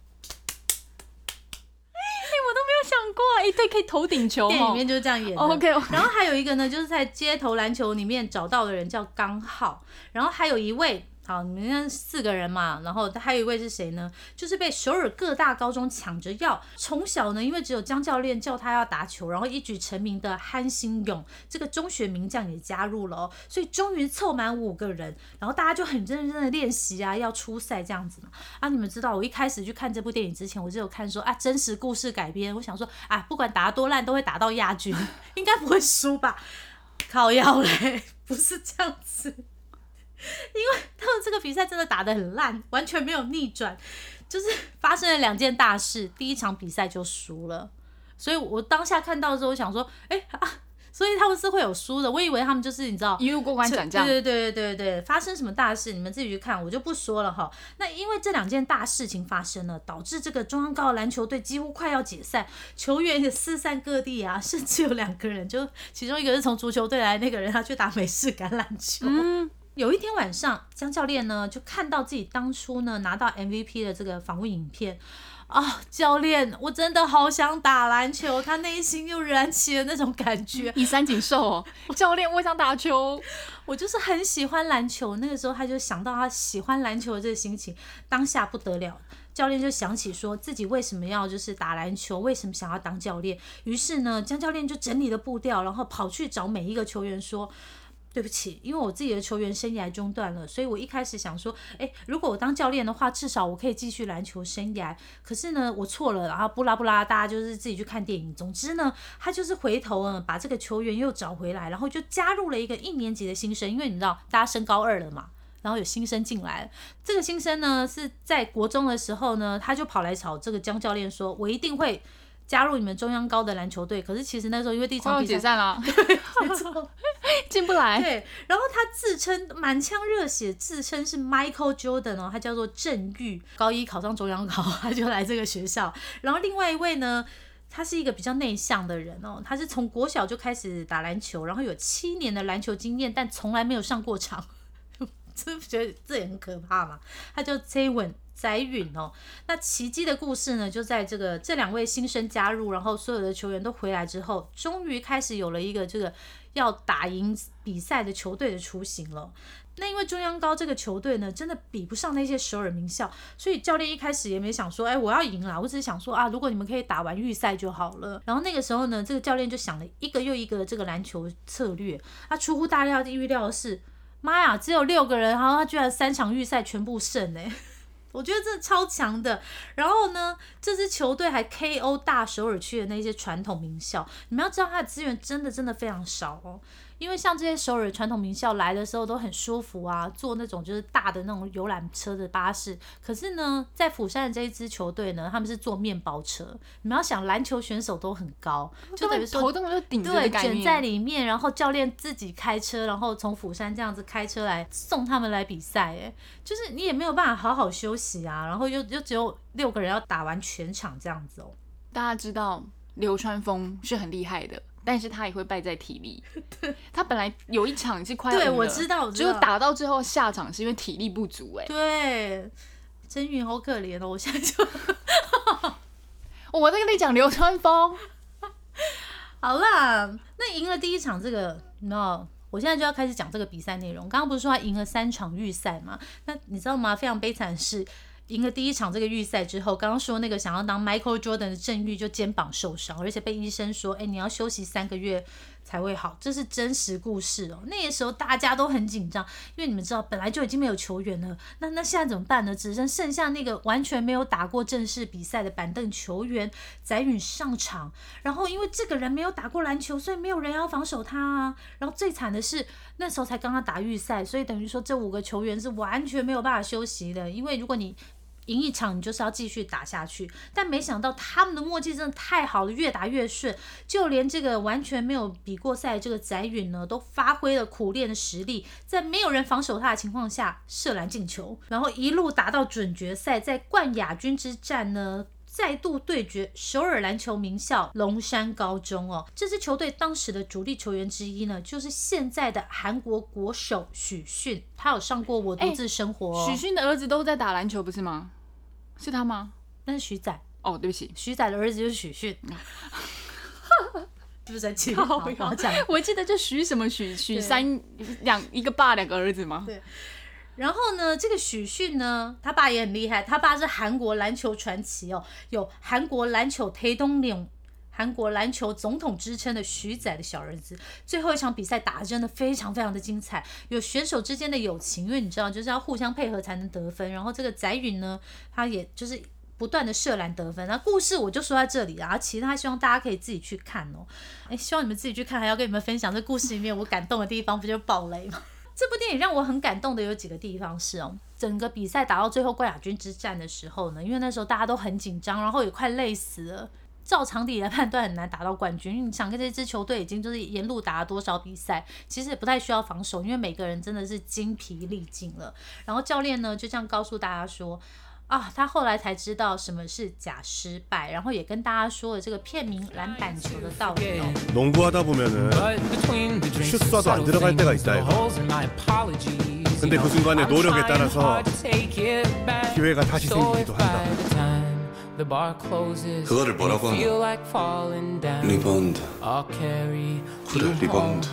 哎、欸，我都没有想过，哎、欸，对，可以头顶球， 电影里面就是这样演的。 Oh, OK， 然后还有一个呢，就是在街头篮球里面找到的人叫刚浩，然后还有一位。好，你们看四个人嘛，然后还有一位是谁呢？就是被首尔各大高中抢着要，从小呢，因为只有江教练叫他要打球，然后一举成名的憨兴勇这个中学名将也加入了哦，所以终于凑满五个人，然后大家就很认真的练习啊，要出赛这样子嘛。啊，你们知道我一开始去看这部电影之前，我就有看说啊，真实故事改编，我想说啊，不管打得多烂都会打到亚军，应该不会输吧？靠腰嘞，不是这样子。因为他们这个比赛真的打得很烂，完全没有逆转，就是发生了两件大事，第一场比赛就输了，所以我当下看到的时候，我想说，哎、欸、啊，所以他们是会有输的，我以为他们就是你知道一路过关斩将， 对对对对对，发生什么大事你们自己去看，我就不说了哈。那因为这两件大事情发生了，导致这个中央高篮球队几乎快要解散，球员也四散各地啊，甚至有两个人，就其中一个是从足球队来的那个人，他去打美式橄榄球。嗯，有一天晚上，江教练呢就看到自己当初呢拿到 M V P 的这个访问影片啊，教练，我真的好想打篮球，他内心又燃起了那种感觉。 你三井寿哦，教练，我想打球， 我就是很喜欢篮球。那个时候他就想到他喜欢篮球的这个心情，当下不得了， 教练就想起说自己为什么要就是打篮球，为什么想要当教练。于是呢，江教练就整理了步调，然后跑去找每一个球员说，对不起，因为我自己的球员生涯中断了，所以我一开始想说，哎，如果我当教练的话，至少我可以继续篮球生涯。可是呢，我错了，然后布拉布拉，大家就是自己去看电影。总之呢，他就是回头啊，把这个球员又找回来，然后就加入了一个一年级的新生，因为你知道大家升高二了嘛。然后有新生进来，这个新生呢是在国中的时候呢，他就跑来找这个江教练说，我一定会加入你们中央高的篮球队。可是其实那时候因为第一场比赛解散了， 对，没错， 进不来。 对，然后他自称满腔热血，自称是 Michael Jordan 哦，他叫做郑玉，高一考上中央高，他就来这个学校。然后另外一位呢，他是一个比较内向的人哦，他是从国小就开始打篮球，然后有七年的篮球经验，但从来没有上过场。是不是觉得这也很可怕嘛？他叫 Zaywin 翟允哦。那奇迹的故事呢，就在这个这两位新生加入，然后所有的球员都回来之后，终于开始有了一个这个要打赢比赛的球队的雏形了。那因为中央高这个球队呢，真的比不上那些首尔名校，所以教练一开始也没想说，哎，我要赢啦，我只是想说啊，如果你们可以打完预赛就好了。然后那个时候呢，这个教练就想了一个又一个的这个篮球策略。他出乎大家预料的是，妈呀，只有六个人，然后他居然三场预赛全部胜哎、欸！我觉得真的超强的。然后呢，这支球队还 K O 大首尔区的那些传统名校。你们要知道，他的资源真的真的非常少哦。因为像这些首尔传统名校来的时候都很舒服啊，坐那种就是大的那种游览车的巴士。可是呢，在釜山的这一支球队呢，他们是坐面包车。你们要想，篮球选手都很高，就等于说头根本就顶着的概念， 对，卷在里面，然后教练自己开车，然后从釜山这样子开车来送他们来比赛，哎，就是你也没有办法好好休息啊，然后又又只有六个人要打完全场这样子哦。 大家知道流川枫是很厉害的。但是他也会败在体力。他本来有一场是快要赢了， 对，我知道，我知道， 就打到最后下场是因为体力不足、欸。哎， 对，真云好可怜哦，我现在就， 我在跟你讲流川枫。 好啦，那赢了第一场这个，你知道，我现在就要开始讲这个比赛内容。刚刚不是说他赢了三场预赛吗？那你知道吗？非常悲惨的是。赢了第一场这个预赛之后，刚刚说那个想要当 Michael Jordan 的郑玉就肩膀受伤，而且被医生说，哎，你要休息三个月才会好，这是真实故事哦。那个时候大家都很紧张，因为你们知道本来就已经没有球员了，那那现在怎么办呢？只剩剩下那个完全没有打过正式比赛的板凳球员翟允上场，然后因为这个人没有打过篮球，所以没有人要防守他啊。然后最惨的是那时候才刚刚打预赛，所以等于说这五个球员是完全没有办法休息的，因为如果你赢一场你就是要继续打下去，但没想到他们的默契真的太好了，越打越顺，就连这个完全没有比过赛的这个翟允呢，都发挥了苦练的实力，在没有人防守他的情况下射篮进球，然后一路打到准决赛，在冠亚军之战呢再度对决首尔篮球名校龙山高中哦。这支球队当时的主力球员之一呢，就是现在的韩国国手许训，他有上过我独自生活、哦欸、许训的儿子都在打篮球不是吗？是他吗？ 那是徐仔。 哦，对不起， 徐仔的儿子就是许训。是不是在气？好好讲。 我记得就许什么许许三两一个爸两个儿子吗？ 对。然后呢，这个许训呢，他爸也很厉害，他爸是韩国篮球传奇哦，有韩国篮球推动领。韩国篮球总统之称的徐仔的小儿子，最后一场比赛打得真的非常非常的精彩，有选手之间的友情，因为你知道就是要互相配合才能得分。然后这个翟允呢，他也就是不断的射篮得分。那故事我就说在这里啊，其他希望大家可以自己去看哦。哎，希望你们自己去看，还要跟你们分享这故事里面我感动的地方，不就是爆雷吗？这部电影让我很感动的有几个地方是哦，整个比赛打到最后冠亚军之战的时候呢，因为那时候大家都很紧张，然后也快累死了。照常理来判断很难打到冠军，因为你想跟这支球队已经就是沿路打了多少比赛，其实也不太需要防守，因为每个人真的是精疲力尽了。然后教练呢就这样告诉大家说啊，他后来才知道什么是假失败，然后也跟大家说了这个片名篮板球的道理哦。 농구하다보면은슛쏴도안들어갈때가있다해서근데 그 순간의 노력에 따라서 기회가 다시 생기기도 한다. 그거를 뭐라고 하나? 리바운드. 그래, 리바운드.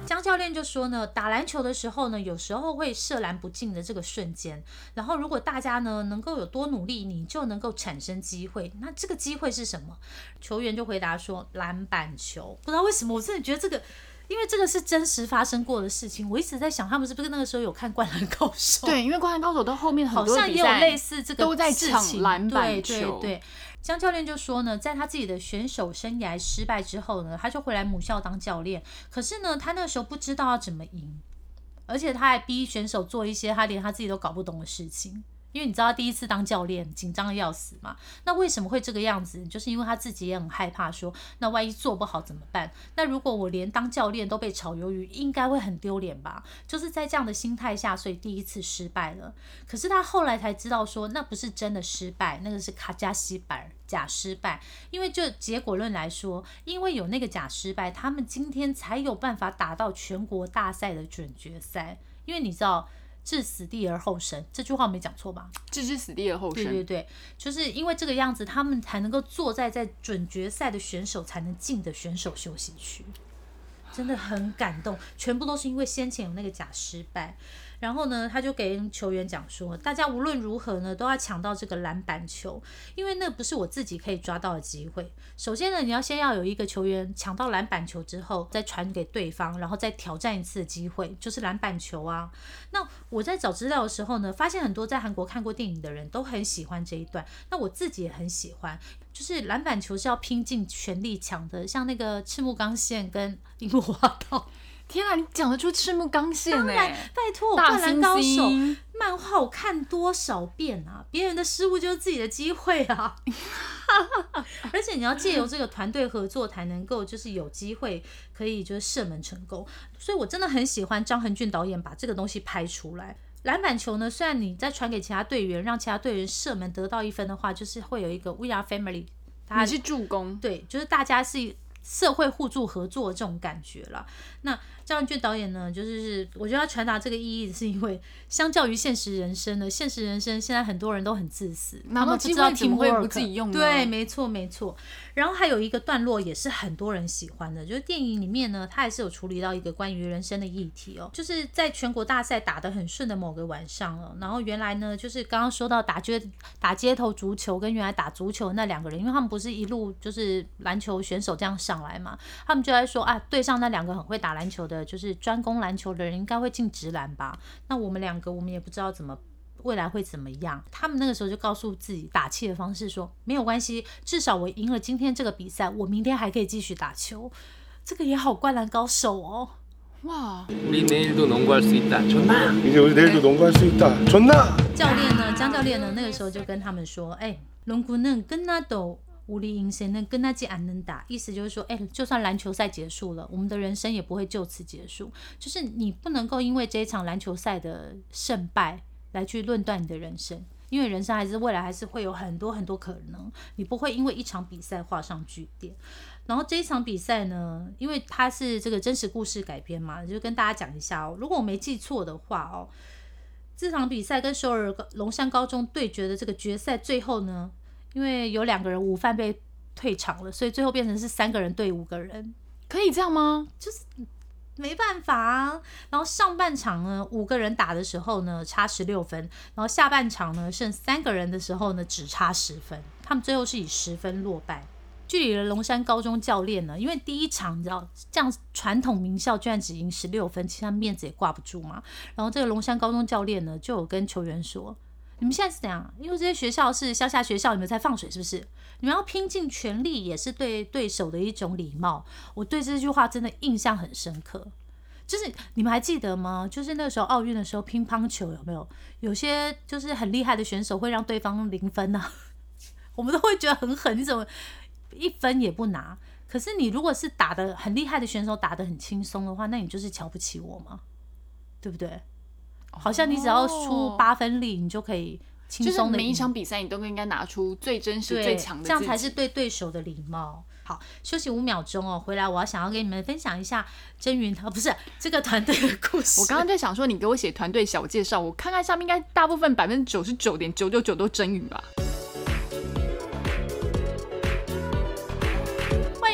江教练就说呢，打篮球的时候呢，有时候会射篮不进的这个瞬间，然后如果大家呢能够有多努力，你就能够产生机会。那这个机会是什么？球员就回答说篮板球。不知道为什么，我真的觉得这个。因为这个是真实发生过的事情，我一直在想，他们是不是那个时候有看《灌篮高手》？ 对，因为《灌篮高手》到后面很多好像也有类似这个都在抢篮板球。 对对对，江教练就说呢，在他自己的选手生涯失败之后呢，他就回来母校当教练。可是呢，他那时候不知道要怎么赢，而且他还逼选手做一些他连他自己都搞不懂的事情。因为你知道他第一次当教练紧张的要死嘛，那为什么会这个样子？就是因为他自己也很害怕说，那万一做不好怎么办？那如果我连当教练都被炒鱿鱼，应该会很丢脸吧？就是在这样的心态下，所以第一次失败了。可是他后来才知道说，那不是真的失败，那个是卡加西板假失败。因为就结果论来说，因为有那个假失败，他们今天才有办法打到全国大赛的准决赛。因为你知道置死地而后生这句话我没讲错吧？ 置之死地而后生， 对对对，就是因为这个样子，他们才能够坐在在准决赛的选手才能进的选手休息区，真的很感动，全部都是因为先前有那个假失败。然后呢，他就给球员讲说，大家无论如何呢，都要抢到这个篮板球，因为那不是我自己可以抓到的机会。首先呢，你要先要有一个球员抢到篮板球之后，再传给对方，然后再挑战一次的机会，就是篮板球啊。那我在找资料的时候呢，发现很多在韩国看过电影的人都很喜欢这一段，那我自己也很喜欢。就是篮板球是要拼尽全力抢的，像那个赤木刚宪跟樱木花道。 天啊，你讲得出赤木刚宪哎！ 拜托，我灌篮高手漫画我看多少遍啊！别人的失误就是自己的机会啊！而且你要借由这个团队合作，才能够就是有机会可以就是射门成功。所以我真的很喜欢张恒俊导演把这个东西拍出来。篮板球呢，虽然你再传给其他队员，让其他队员射门得到一分的话，就是会有一个 We are family， 你是助攻， 对，就是大家是社会互助合作这种感觉啦。那张恒俊导演呢，就是我觉得他传达这个意义，是因为相较于现实人生呢，现实人生现在很多人都很自私，他们不知道 teamwork， 不自己用呢？ 对，没错没错。然后还有一个段落也是很多人喜欢的，就是电影里面呢，他还是有处理到一个关于人生的议题哦，就是在全国大赛打得很顺的某个晚上哦，然后原来呢，就是刚刚说到打街打街头足球跟原来打足球那两个人，因为他们不是一路就是篮球选手这样上来嘛，他们就在说啊，对上那两个很会打篮球的，就是专攻篮球的人应该会进职篮吧？那我们两个我们也不知道怎么未来会怎么样。他们那个时候就告诉自己打气的方式说，没有关系，至少我赢了今天这个比赛，我明天还可以继续打球。这个也好灌篮高手哦。 哇！ 우리 내일도 농구할 수 있다. 좋나? 이제 우리 내일도 농구할 수 있다. 좋나? 教练呢，江教练呢，那个时候就跟他们说，哎，농구는 끝나도 우리 인생은 끝나지 않는다， 意思就是说，哎，就算篮球赛结束了，我们的人生也不会就此结束。就是你不能够因为这一场篮球赛的胜败来去论断你的人生，因为人生还是未来还是会有很多很多可能，你不会因为一场比赛画上句点。然后这一场比赛呢，因为它是这个真实故事改编嘛，就跟大家讲一下哦。如果我没记错的话哦，这场比赛跟首尔龙山高中对决的这个决赛，最后呢，因为有两个人午饭被退场了，所以最后变成是三个人对五个人。 可以这样吗？ 就是没办法啊。然后上半场呢，五个人打的时候呢，差十六分；然后下半场呢，剩三个人的时候呢，只差十分。他们最后是以十分落败。距离了龙山高中教练呢，因为第一场你知道，这样传统名校居然只赢十六分，其实他面子也挂不住嘛。然后这个龙山高中教练呢，就有跟球员说，你们现在是怎样？因为这些学校是乡下学校，你们在放水是不是？你们要拼尽全力，也是对对手的一种礼貌。我对这句话真的印象很深刻。就是你们还记得吗？就是那个时候奥运的时候，乒乓球有没有有些就是很厉害的选手会让对方零分啊？我们都会觉得很狠，你怎么一分也不拿？可是你如果是打得很厉害的选手，打得很轻松的话，那你就是瞧不起我嘛，对不对？好像你只要出八分力，你就可以轻松的赢。 就是每一场比赛你都应该拿出最真实、最强的自己， 这样才是对对手的礼貌。好，休息五秒钟哦，回来我要想要跟你们分享一下真云啊，不是这个团队的故事。 我刚刚在想说，你给我写团队小介绍，我看看上面应该大部分百分之九十九点九九九都真云吧。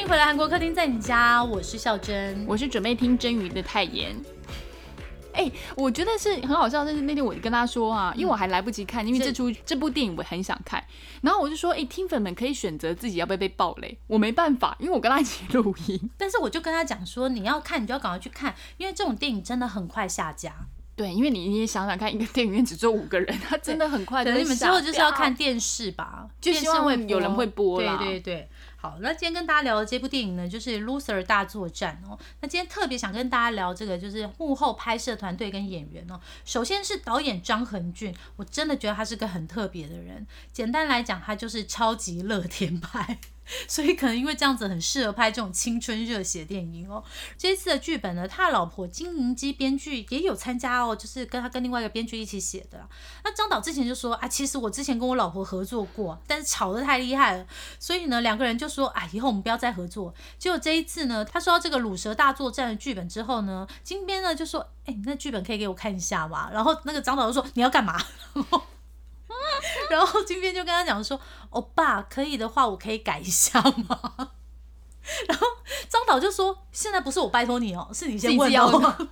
迎回来韩国客厅在你家，我是孝珍， 我是准备听真瑜的泰妍。哎、欸，我觉得是很好笑，但是那天我跟他说啊，因为我还来不及看，因为这出这部电影我很想看，然后我就说，哎、欸，听粉们可以选择自己要不要被爆雷，我没办法，因为我跟他一起录音， 但是我就跟他讲说，你要看你就要赶快去看，因为这种电影真的很快下架。 对，因为你你也想想看，一个电影院只坐五个人，他真的很快就会下架。 你们之后就是要看电视吧， 就希望有人会播啦。 对对对。好，那今天跟大家聊的这部电影呢，就是《Loser 大作战》哦。那今天特别想跟大家聊这个，就是幕后拍摄团队跟演员哦。首先是导演张恒俊，我真的觉得他是个很特别的人。简单来讲，他就是超级乐天派。所以可能因为这样子很适合拍这种青春热血电影哦。这一次的剧本呢，他的老婆金银姬编剧也有参加哦，就是跟他跟另外一个编剧一起写的。那张导之前就说啊，其实我之前跟我老婆合作过，但是吵得太厉害了，所以呢两个人就说啊，以后我们不要再合作。结果这一次呢，他收到这个《鲁蛇大作战》的剧本之后呢，金编呢就说，哎、欸，那剧本可以给我看一下吗？然后那个张导就说你要干嘛？然后金编就跟他讲说，欧巴可以的话我可以改一下吗？然后张导就说，现在不是我拜托你哦，是你先问哦。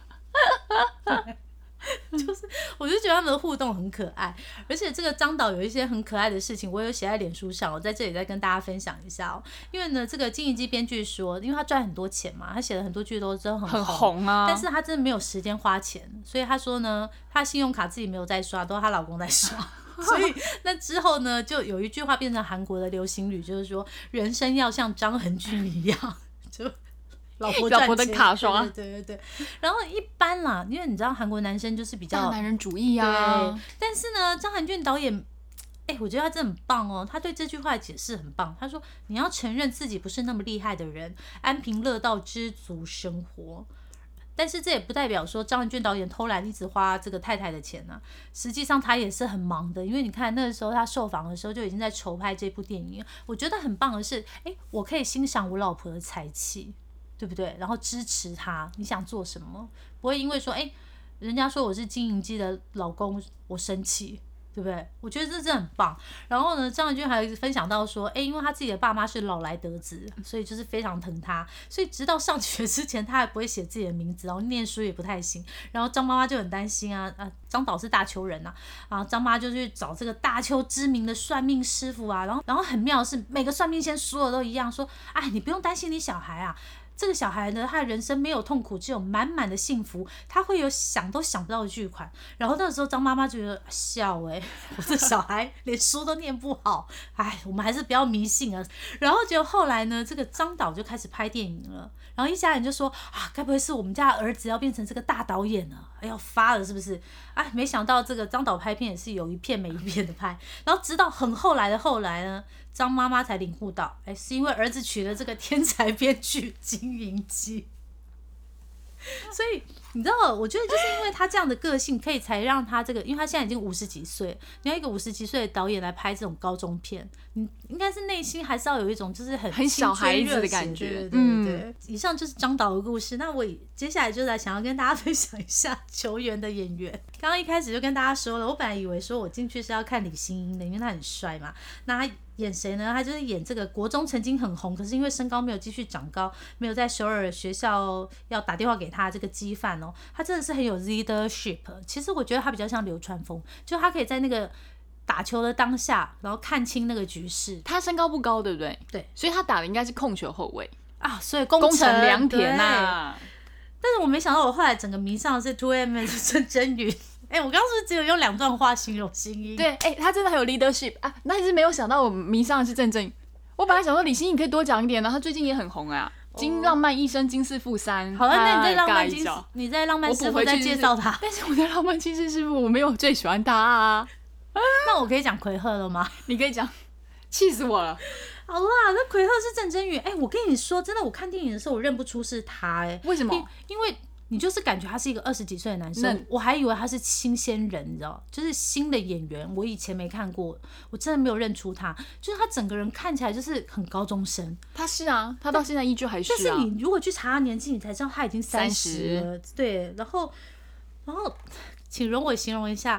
就是我就觉得他们的互动很可爱，而且这个张导有一些很可爱的事情我有写在脸书上，我在这里再跟大家分享一下哦。因为呢这个金银姬编剧说，因为他赚很多钱嘛，他写了很多剧都真的很红很红啊， 但是他真的没有时间花钱，所以他说呢他信用卡自己没有在刷，都是她老公在刷。所以那之后呢，就有一句话变成韩国的流行语，就是说人生要像张恒俊一样，就老婆老婆的卡刷， 对对对对。然后一般啦，因为你知道韩国男生就是比较大男人主义啊， 对。但是呢，张恒俊导演，哎、欸，我觉得他真的很棒哦，他对这句话的解释很棒。他说：“你要承认自己不是那么厉害的人，安贫乐道，知足生活。”但是这也不代表说张恒俊导演偷懒一直花这个太太的钱啊，实际上他也是很忙的，因为你看那个时候他受访的时候就已经在筹拍这部电影。我觉得很棒的是，哎，我可以欣赏我老婆的才气，对不对？然后支持她，你想做什么，不会因为说，哎，人家说我是金银姬的老公，我生气。对不对？我觉得这真的很棒。然后呢，张恒俊还分享到说，哎，因为他自己的爸妈是老来得子，所以就是非常疼他，所以直到上学之前，他还不会写自己的名字，然后念书也不太行。然后张妈妈就很担心啊，啊，张导是大邱人呐、啊，啊，张妈就去找这个大邱知名的算命师傅啊，然后然后很妙的是，每个算命先说的都一样，说，哎，你不用担心你小孩啊。这个小孩呢，他的人生没有痛苦，只有满满的幸福，他会有想都想不到的巨款。然后那时候张妈妈觉得笑哎、欸，我这小孩连书都念不好，哎，我们还是不要迷信啊。然后结果后来呢，这个张导就开始拍电影了，然后一家人就说啊，该不会是我们家的儿子要变成这个大导演了，要发了是不是？哎，没想到这个张导拍片也是有一片没一片的拍，然后直到很后来的后来呢。张妈妈才领悟到，哎，是因为儿子娶了这个天才编剧金银姬，所以你知道，我觉得就是因为他这样的个性，可以才让他这个，因为他现在已经五十几岁，你要一个五十几岁的导演来拍这种高中片，你应该是内心还是要有一种就是很很小孩子的感觉， 对对对对、嗯。以上就是张导的故事，那我接下来就来想要跟大家分享一下球员的演员。刚刚一开始就跟大家说了，我本来以为说我进去是要看李星英的，因为他很帅嘛，那他演谁呢？他就是演这个国中曾经很红，可是因为身高没有继续长高，没有在首尔学校要打电话给他这个鸡饭哦，他真的是很有 leadership。其实我觉得他比较像流川枫，就他可以在那个打球的当下，然后看清那个局势。 他身高不高，对不对？ 对， 所以他打的应该是控球后卫啊，所以攻城良田呐。 但是我没想到，我后来整个迷上的是 two M 的郑真云。哎、欸，我刚刚是不是只有用两段话形容星英？ 对，哎、欸，他真的很有 leadership 啊！那也是没有想到我迷上的是郑正。我本来想说李星英可以多讲一点，然后他最近也很红啊，《金浪漫医生金师傅三》。 好了，那你在浪漫金，你在浪漫师傅再介绍他。 但是我在浪漫金师傅我没有最喜欢他啊。 那我可以讲奎赫了吗？ 你可以讲，气死我了。 好啦，那奎赫是郑真云。哎、欸，我跟你说，真的，我看电影的时候我认不出是他、欸。哎， 为什么？ 因为。你就是感觉他是一个二十几岁的男生，我还以为他是新鲜人，你知道，就是新的演员，我以前没看过，我真的没有认出他，就是他整个人看起来就是很高中生。 他是啊，他到现在依旧还是啊。 但是你如果去查他年纪，你才知道他已经三十了。对，然后，然后，请容我形容一下，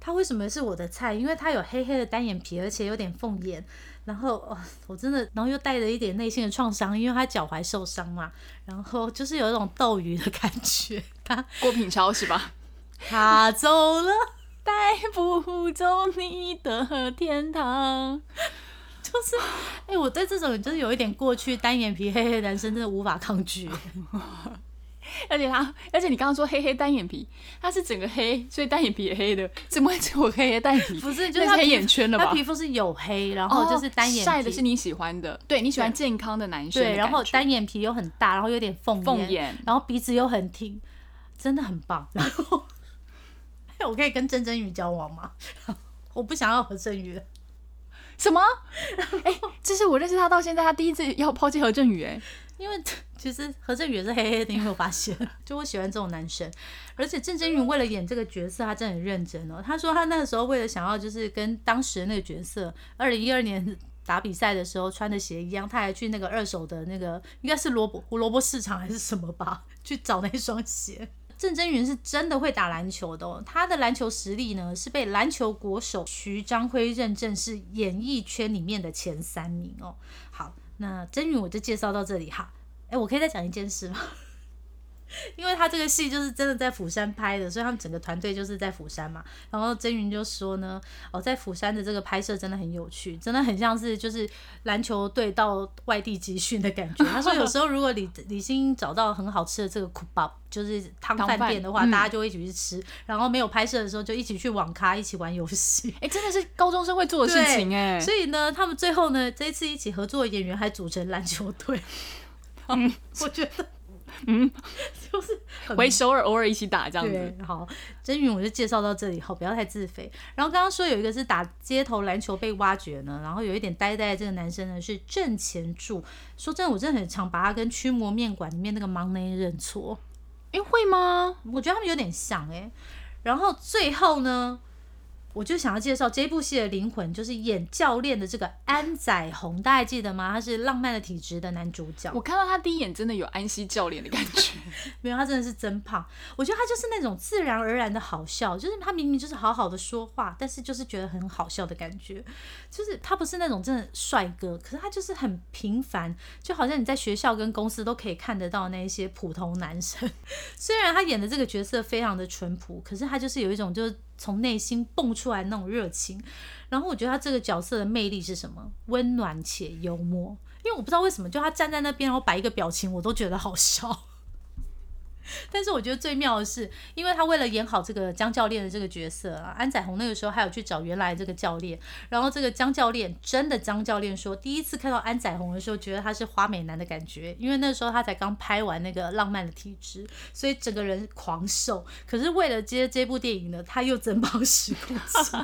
他为什么是我的菜？因为他有黑黑的单眼皮，而且有点凤眼，然后、哦、我真的，然后又带着一点内心的创伤，因为他脚踝受伤嘛，然后就是有一种斗鱼的感觉。他郭品超是吧？ 他走了， 带不走你的天堂。 就是，哎、欸，我对这种就是有一点过去单眼皮黑黑的男生真的无法抗拒。 而且他，而且你刚刚说黑黑单眼皮，他是整个黑，所以单眼皮也黑的，怎么会只有黑黑单眼皮？ 不是，就是他黑眼圈了吧？ 他皮肤是有黑，然后就是单眼皮。 晒、哦、的是你喜欢的，对你喜欢健康的男生的。 对，然后单眼皮又很大，然后有点凤眼， 凤眼， 然后鼻子又很挺，真的很棒。然后，我可以跟郑真宇交往吗？我不想要何振宇了。 什么？哎、欸，这是我认识他到现在，他第一次要抛弃何振宇哎。 因为其实何振宇也是黑黑的，你有没有发现？就我喜欢这种男生，而且郑真宇为了演这个角色，他真的很认真哦。他说他那个时候为了想要就是跟当时的那个角色，二零一二年打比赛的时候穿的鞋一样，他还去那个二手的那个应该是萝卜胡萝卜市场还是什么吧，去找那双鞋。郑真云是真的会打篮球的哦，他的篮球实力呢是被篮球国手徐章辉认证是演艺圈里面的前三名哦。好，那真云我就介绍到这里哈。哎，我可以再讲一件事吗？因为他这个戏就是真的在釜山拍的，所以他们整个团队就是在釜山嘛。然后真云就说呢，哦，在釜山的这个拍摄真的很有趣，真的很像是就是篮球队到外地集训的感觉。他说有时候如果李李星找到很好吃的这个 kebab， 就是汤饭店的话，嗯、大家就会一起去吃。然后没有拍摄的时候，就一起去网咖一起玩游戏。 哎，真的是高中生会做的事情哎。 所以呢，他们最后呢，这一次一起合作的演员还组成篮球队。嗯，我觉得。 嗯， 就是回首尔偶尔一起打这样子。 对，好，真云我就介绍到这里，好，不要太自肥。然后刚刚说有一个是打街头篮球被挖掘呢，然后有一点呆呆的这个男生呢是郑前柱。说真的，我真的很常把他跟驱魔面馆里面那个忙内认错。 哎、欸，会吗？ 我觉得他们有点像哎、欸。然后最后呢，我就想要介绍这部戏的灵魂，就是演教练的这个安宰弘，大家还记得吗？他是《浪漫的体质》的男主角。 我看到他第一眼真的有安西教练的感觉， 没有，他真的是真胖。我觉得他就是那种自然而然的好笑，就是他明明就是好好的说话，但是就是觉得很好笑的感觉。就是他不是那种真的帅哥，可是他就是很平凡，就好像你在学校跟公司都可以看得到那一些普通男生。虽然他演的这个角色非常的淳朴，可是他就是有一种就是从内心蹦出来那种热情。然后我觉得他这个角色的魅力是什么？温暖且幽默。因为我不知道为什么，就他站在那边然后摆一个表情，我都觉得好笑。但是我觉得最妙的是，因为他为了演好这个江教练的这个角色啊，安宰弘那个时候还有去找原来这个教练，然后这个江教练真的江教练说，第一次看到安宰弘的时候，觉得他是花美男的感觉，因为那时候他才刚拍完那个《浪漫的体质》，所以整个人狂瘦。可是为了接这部电影呢，他又增胖十公斤。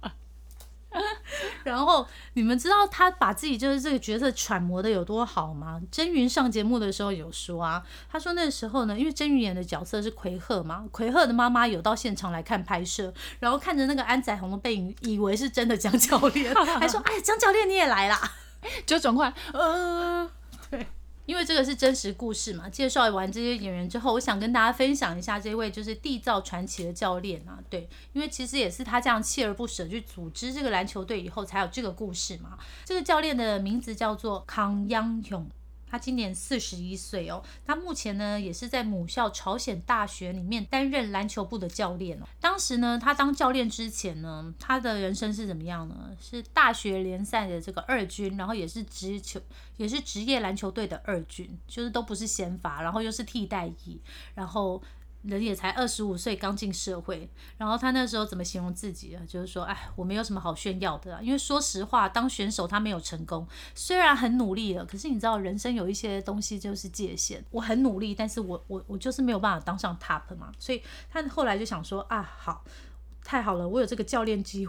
然后你们知道他把自己就是这个角色揣摩的有多好吗？真云上节目的时候有说啊，他说那时候呢，因为真云演的角色是奎赫嘛，奎赫的妈妈有到现场来看拍摄，然后看着那个安宰弘的背影，以为是真的江教练，还说哎，江教练你也来啦， 就转过来，呃， 对。因为这个是真实故事嘛，介绍完这些演员之后，我想跟大家分享一下这位就是缔造传奇的教练啊，对，因为其实也是他这样锲而不舍去组织这个篮球队以后才有这个故事嘛。这个教练的名字叫做康央勇，他今年四十一岁哦，他目前呢也是在母校朝鲜大学里面担任篮球部的教练哦。当时呢，他当教练之前呢，他的人生是怎么样呢？是大学联赛的这个二军，然后也是职球，也是职业篮球队的二军，就是都不是先发，然后又是替代役，然后人也才二十五岁，刚进社会。然后他那时候怎么形容自己啊？就是说，哎，我没有什么好炫耀的啊，因为说实话，当选手他没有成功，虽然很努力了，可是你知道，人生有一些东西就是界限。我很努力，但是我我我就是没有办法当上 top 嘛，所以他后来就想说啊，好，太好了，我有这个教练机会，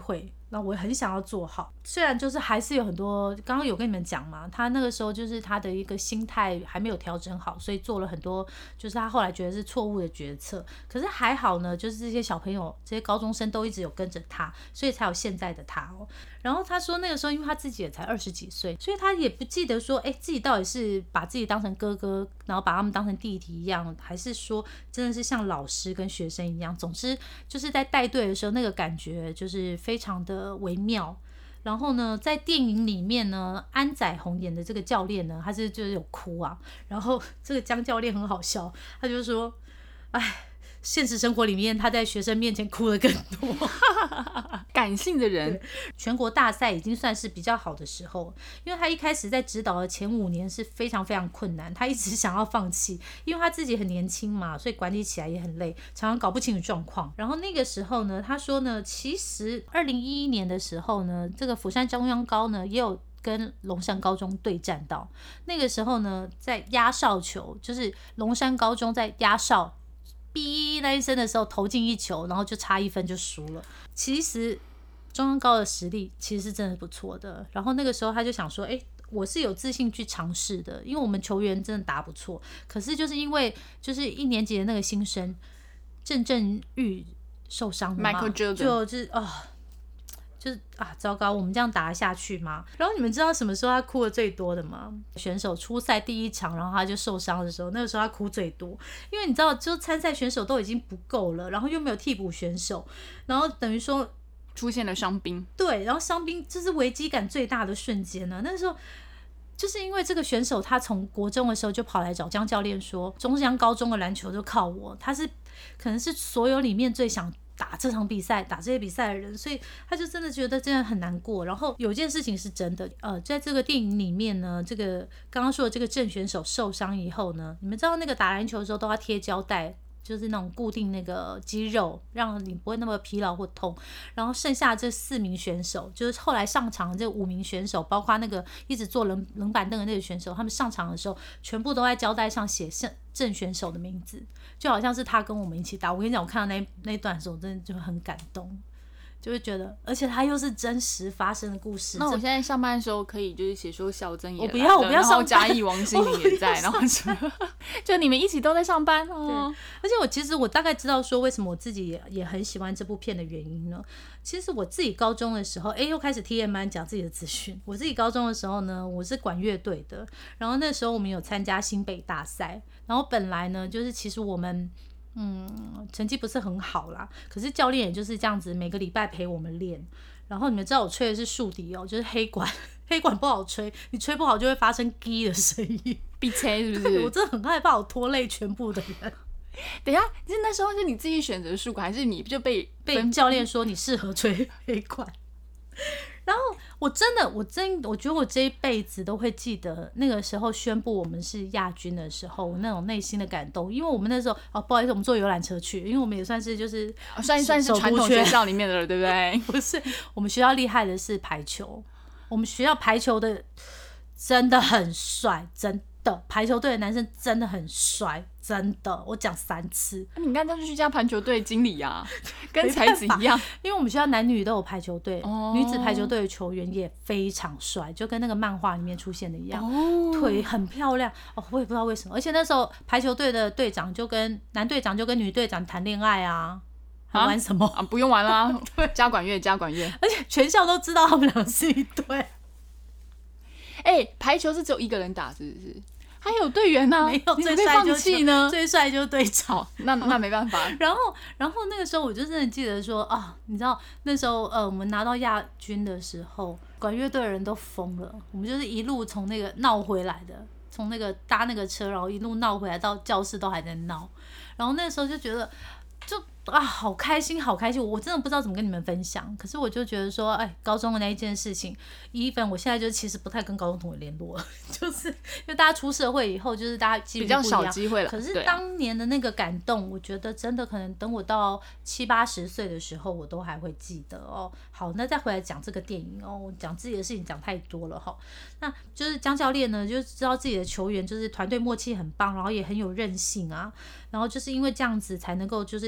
那我很想要做好，虽然就是还是有很多，刚刚有跟你们讲嘛，他那个时候就是他的一个心态还没有调整好，所以做了很多就是他后来觉得是错误的决策。可是还好呢，就是这些小朋友这些高中生都一直有跟着他，所以才有现在的他哦。然后他说那个时候因为他自己也才二十几岁，所以他也不记得说哎自己到底是把自己当成哥哥，然后把他们当成弟弟一样，还是说真的是像老师跟学生一样。总之就是在带队的时候那个感觉就是非常的微妙。然后呢在电影里面呢，安宰弘演的这个教练呢，他是就是有哭啊，然后这个江教练很好笑，他就说哎，现实生活里面他在学生面前哭的更多感性的人。 全国大赛已经算是比较好的时候，因为他一开始在指导的前五年是非常非常困难，他一直想要放弃，因为他自己很年轻嘛，所以管理起来也很累，常常搞不清楚状况。然后那个时候呢，他说呢，其实二零一一年的时候呢，这个釜山中央高呢也有跟龙山高中对战到，那个时候呢在压哨球，就是龙山高中在压哨哔那一声的时候投进一球，然后就差一分就输了。其实中央高的实力其实是真的不错的，然后那个时候他就想说哎，我是有自信去尝试的，因为我们球员真的打不错，可是就是因为就是一年级的那个新生郑正玉受伤了嘛， Michael Jordan 就就是哦就是啊，糟糕，我们这样打得下去吗？然后你们知道什么时候他哭的最多的吗？选手初赛第一场，然后他就受伤的时候，那个时候他哭最多，因为你知道，就参赛选手都已经不够了，然后又没有替补选手，然后等于说出现了伤兵， 对，然后伤兵这是危机感最大的瞬间呢。那时候就是因为这个选手，他从国中的时候就跑来找江教练说，中央高中的篮球就靠我，他是可能是所有里面最想打这场比赛打这些比赛的人，所以他就真的觉得真的很难过。然后有件事情是真的，呃，在这个电影里面呢，这个刚刚说的这个郑选手受伤以后呢，你们知道那个打篮球的时候都要贴胶带，就是那种固定那个肌肉，让你不会那么疲劳或痛。然后剩下这四名选手，就是后来上场的这五名选手，包括那个一直坐冷冷板凳的那个选手，他们上场的时候，全部都在胶带上写郑选手的名字，就好像是他跟我们一起打。我跟你讲，我看到那那段的时候，我真的就很感动。就会觉得，而且它又是真实发生的故事。 那我现在上班的时候可以就是写说小曾也来了， 我不要，我不要上班。 然后嘉义王心凌也在，然后就你们一起都在上班哦。 而且我其实我大概知道说为什么我自己也也很喜欢这部片的原因呢？其实我自己高中的时候，哎，又开始 T M 班讲自己的资讯。我自己高中的时候呢，我是管乐队的，然后那时候我们有参加新北大赛，然后本来呢，就是其实我们。嗯，成绩不是很好啦，可是教练也就是这样子，每个礼拜陪我们练。然后你们知道我吹的是竖笛哦，就是黑管，黑管不好吹，你吹不好就会发生滴的声音， 闭吹是不是？ 我真的很害怕我拖累全部的人。 等一下，是那时候是你自己选择竖管，还是你就被被教练说你适合吹黑管？然后我真的，我真，我觉得我这一辈子都会记得那个时候宣布我们是亚军的时候，我那种内心的感动。因为我们那时候，哦，不好意思，我们坐游览车去，因为我们也算是就是算算是传统学校里面的了，对不对？ 不是，我们学校厉害的是排球，我们学校排球的真的很帅，真的排球队的男生真的很帅。真的，我讲三次。 啊、你看，他就去加排球队经理啊，跟才子一样。 因为我们学校男女都有排球队， 哦、 女子排球队的球员也非常帅，就跟那个漫画里面出现的一样，哦、腿很漂亮。哦，我也不知道为什么。而且那时候排球队的队长就跟男队长就跟女队长谈恋爱啊，还玩什么啊？不用玩啦，加管乐，加管乐。 而且全校都知道他们俩是一对。 哎、欸，排球是只有一个人打，是不是？还有队员呢、啊， 没有最帅就是呢， 最帅就是队长。 那那没办法。 然后，然后那个时候我就真的记得说啊，你知道那时候呃，我们拿到亚军的时候，管乐队的人都疯了。我们就是一路从那个闹回来的，从那个搭那个车，然后一路闹回来到教室都还在闹。然后那时候就觉得就。啊，好开心，好开心！我真的不知道怎么跟你们分享，可是我就觉得说，哎，高中的那一件事情，even我现在就其实不太跟高中同学联络了，就是因为大家出社会以后，就是大家机会比较少机会了。 可是当年的那个感动，我觉得真的可能等我到七八十岁的时候，我都还会记得哦。好，那再回来讲这个电影哦，讲自己的事情讲太多了哈、哦。那就是江教练呢，就知道自己的球员就是团队默契很棒，然后也很有韧性啊，然后就是因为这样子才能够就是一直打。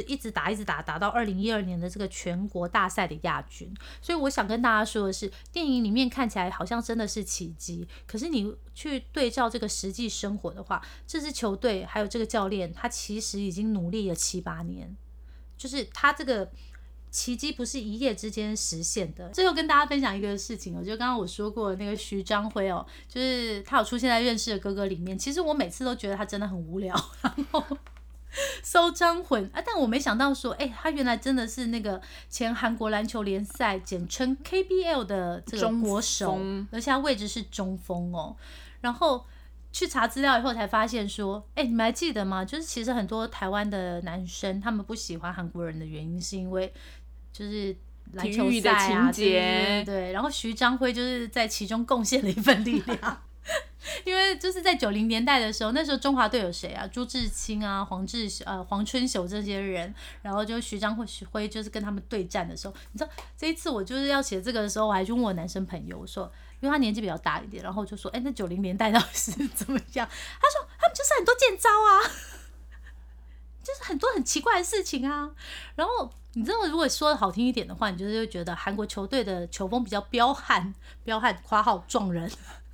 打一直打打到二零一二年的这个全国大赛的亚军。所以我想跟大家说的是，电影里面看起来好像真的是奇迹，可是你去对照这个实际生活的话，这支球队还有这个教练，他其实已经努力了七八年，就是他这个奇迹不是一夜之间实现的。最后跟大家分享一个事情哦，就刚刚我说过那个徐章辉哦，就是他有出现在《认识的哥哥》里面。其实我每次都觉得他真的很无聊，然后搜张混啊，但我没想到说，哎、欸，他原来真的是那个前韩国篮球联赛简称 K B L 的这个国手，而且他位置是中锋哦。然后去查资料以后才发现说，哎、欸，你们还记得吗？就是其实很多台湾的男生他们不喜欢韩国人的原因，是因为就是篮球赛啊， 体育的情节， 对对对。然后徐章辉就是在其中贡献了一份力量。因为就是在九零年代的时候，那时候中华队有谁啊？朱志清啊、黄志呃、黄春雄这些人，然后就徐章辉就是跟他们对战的时候，你知道这一次我就是要写这个的时候，我还去问我男生朋友，我说，因为他年纪比较大一点，然后我就说，哎、欸，那九零年代到底是怎么样？他说他们就是很多剑招啊，就是很多很奇怪的事情啊。然后你知道，如果说的好听一点的话，你就是会觉得韩国球队的球风比较彪悍，彪悍（括号撞人）。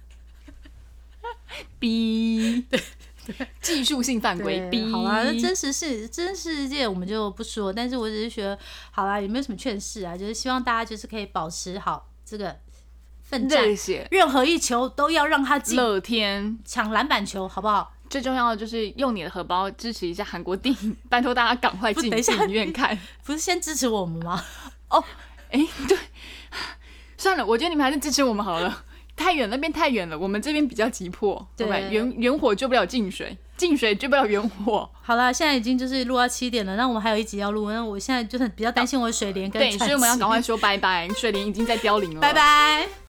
B 对对，技术性犯规 B。 好啦，那真实世真实世界我们就不说，但是我只是觉得，好啦，有没有什么劝世啊？就是希望大家就是可以保持好这个奋战，任何一球都要让他进， 乐天抢篮板球，好不好？ 最重要的就是用你的荷包支持一下韩国电影，拜托大家赶快进电影院看。 不是先支持我们吗？ 哦，哎、欸，对，算了，我觉得你们还是支持我们好了。太远，那边太远了，我们这边比较急迫。对，远远火救不了近水，近水救不了远火。 好了，现在已经就是录到七点了，那我们还有一集要录，那我现在就是比较担心我的水莲跟对，所以我们要赶快说拜拜，水莲已经在凋零了。 拜拜。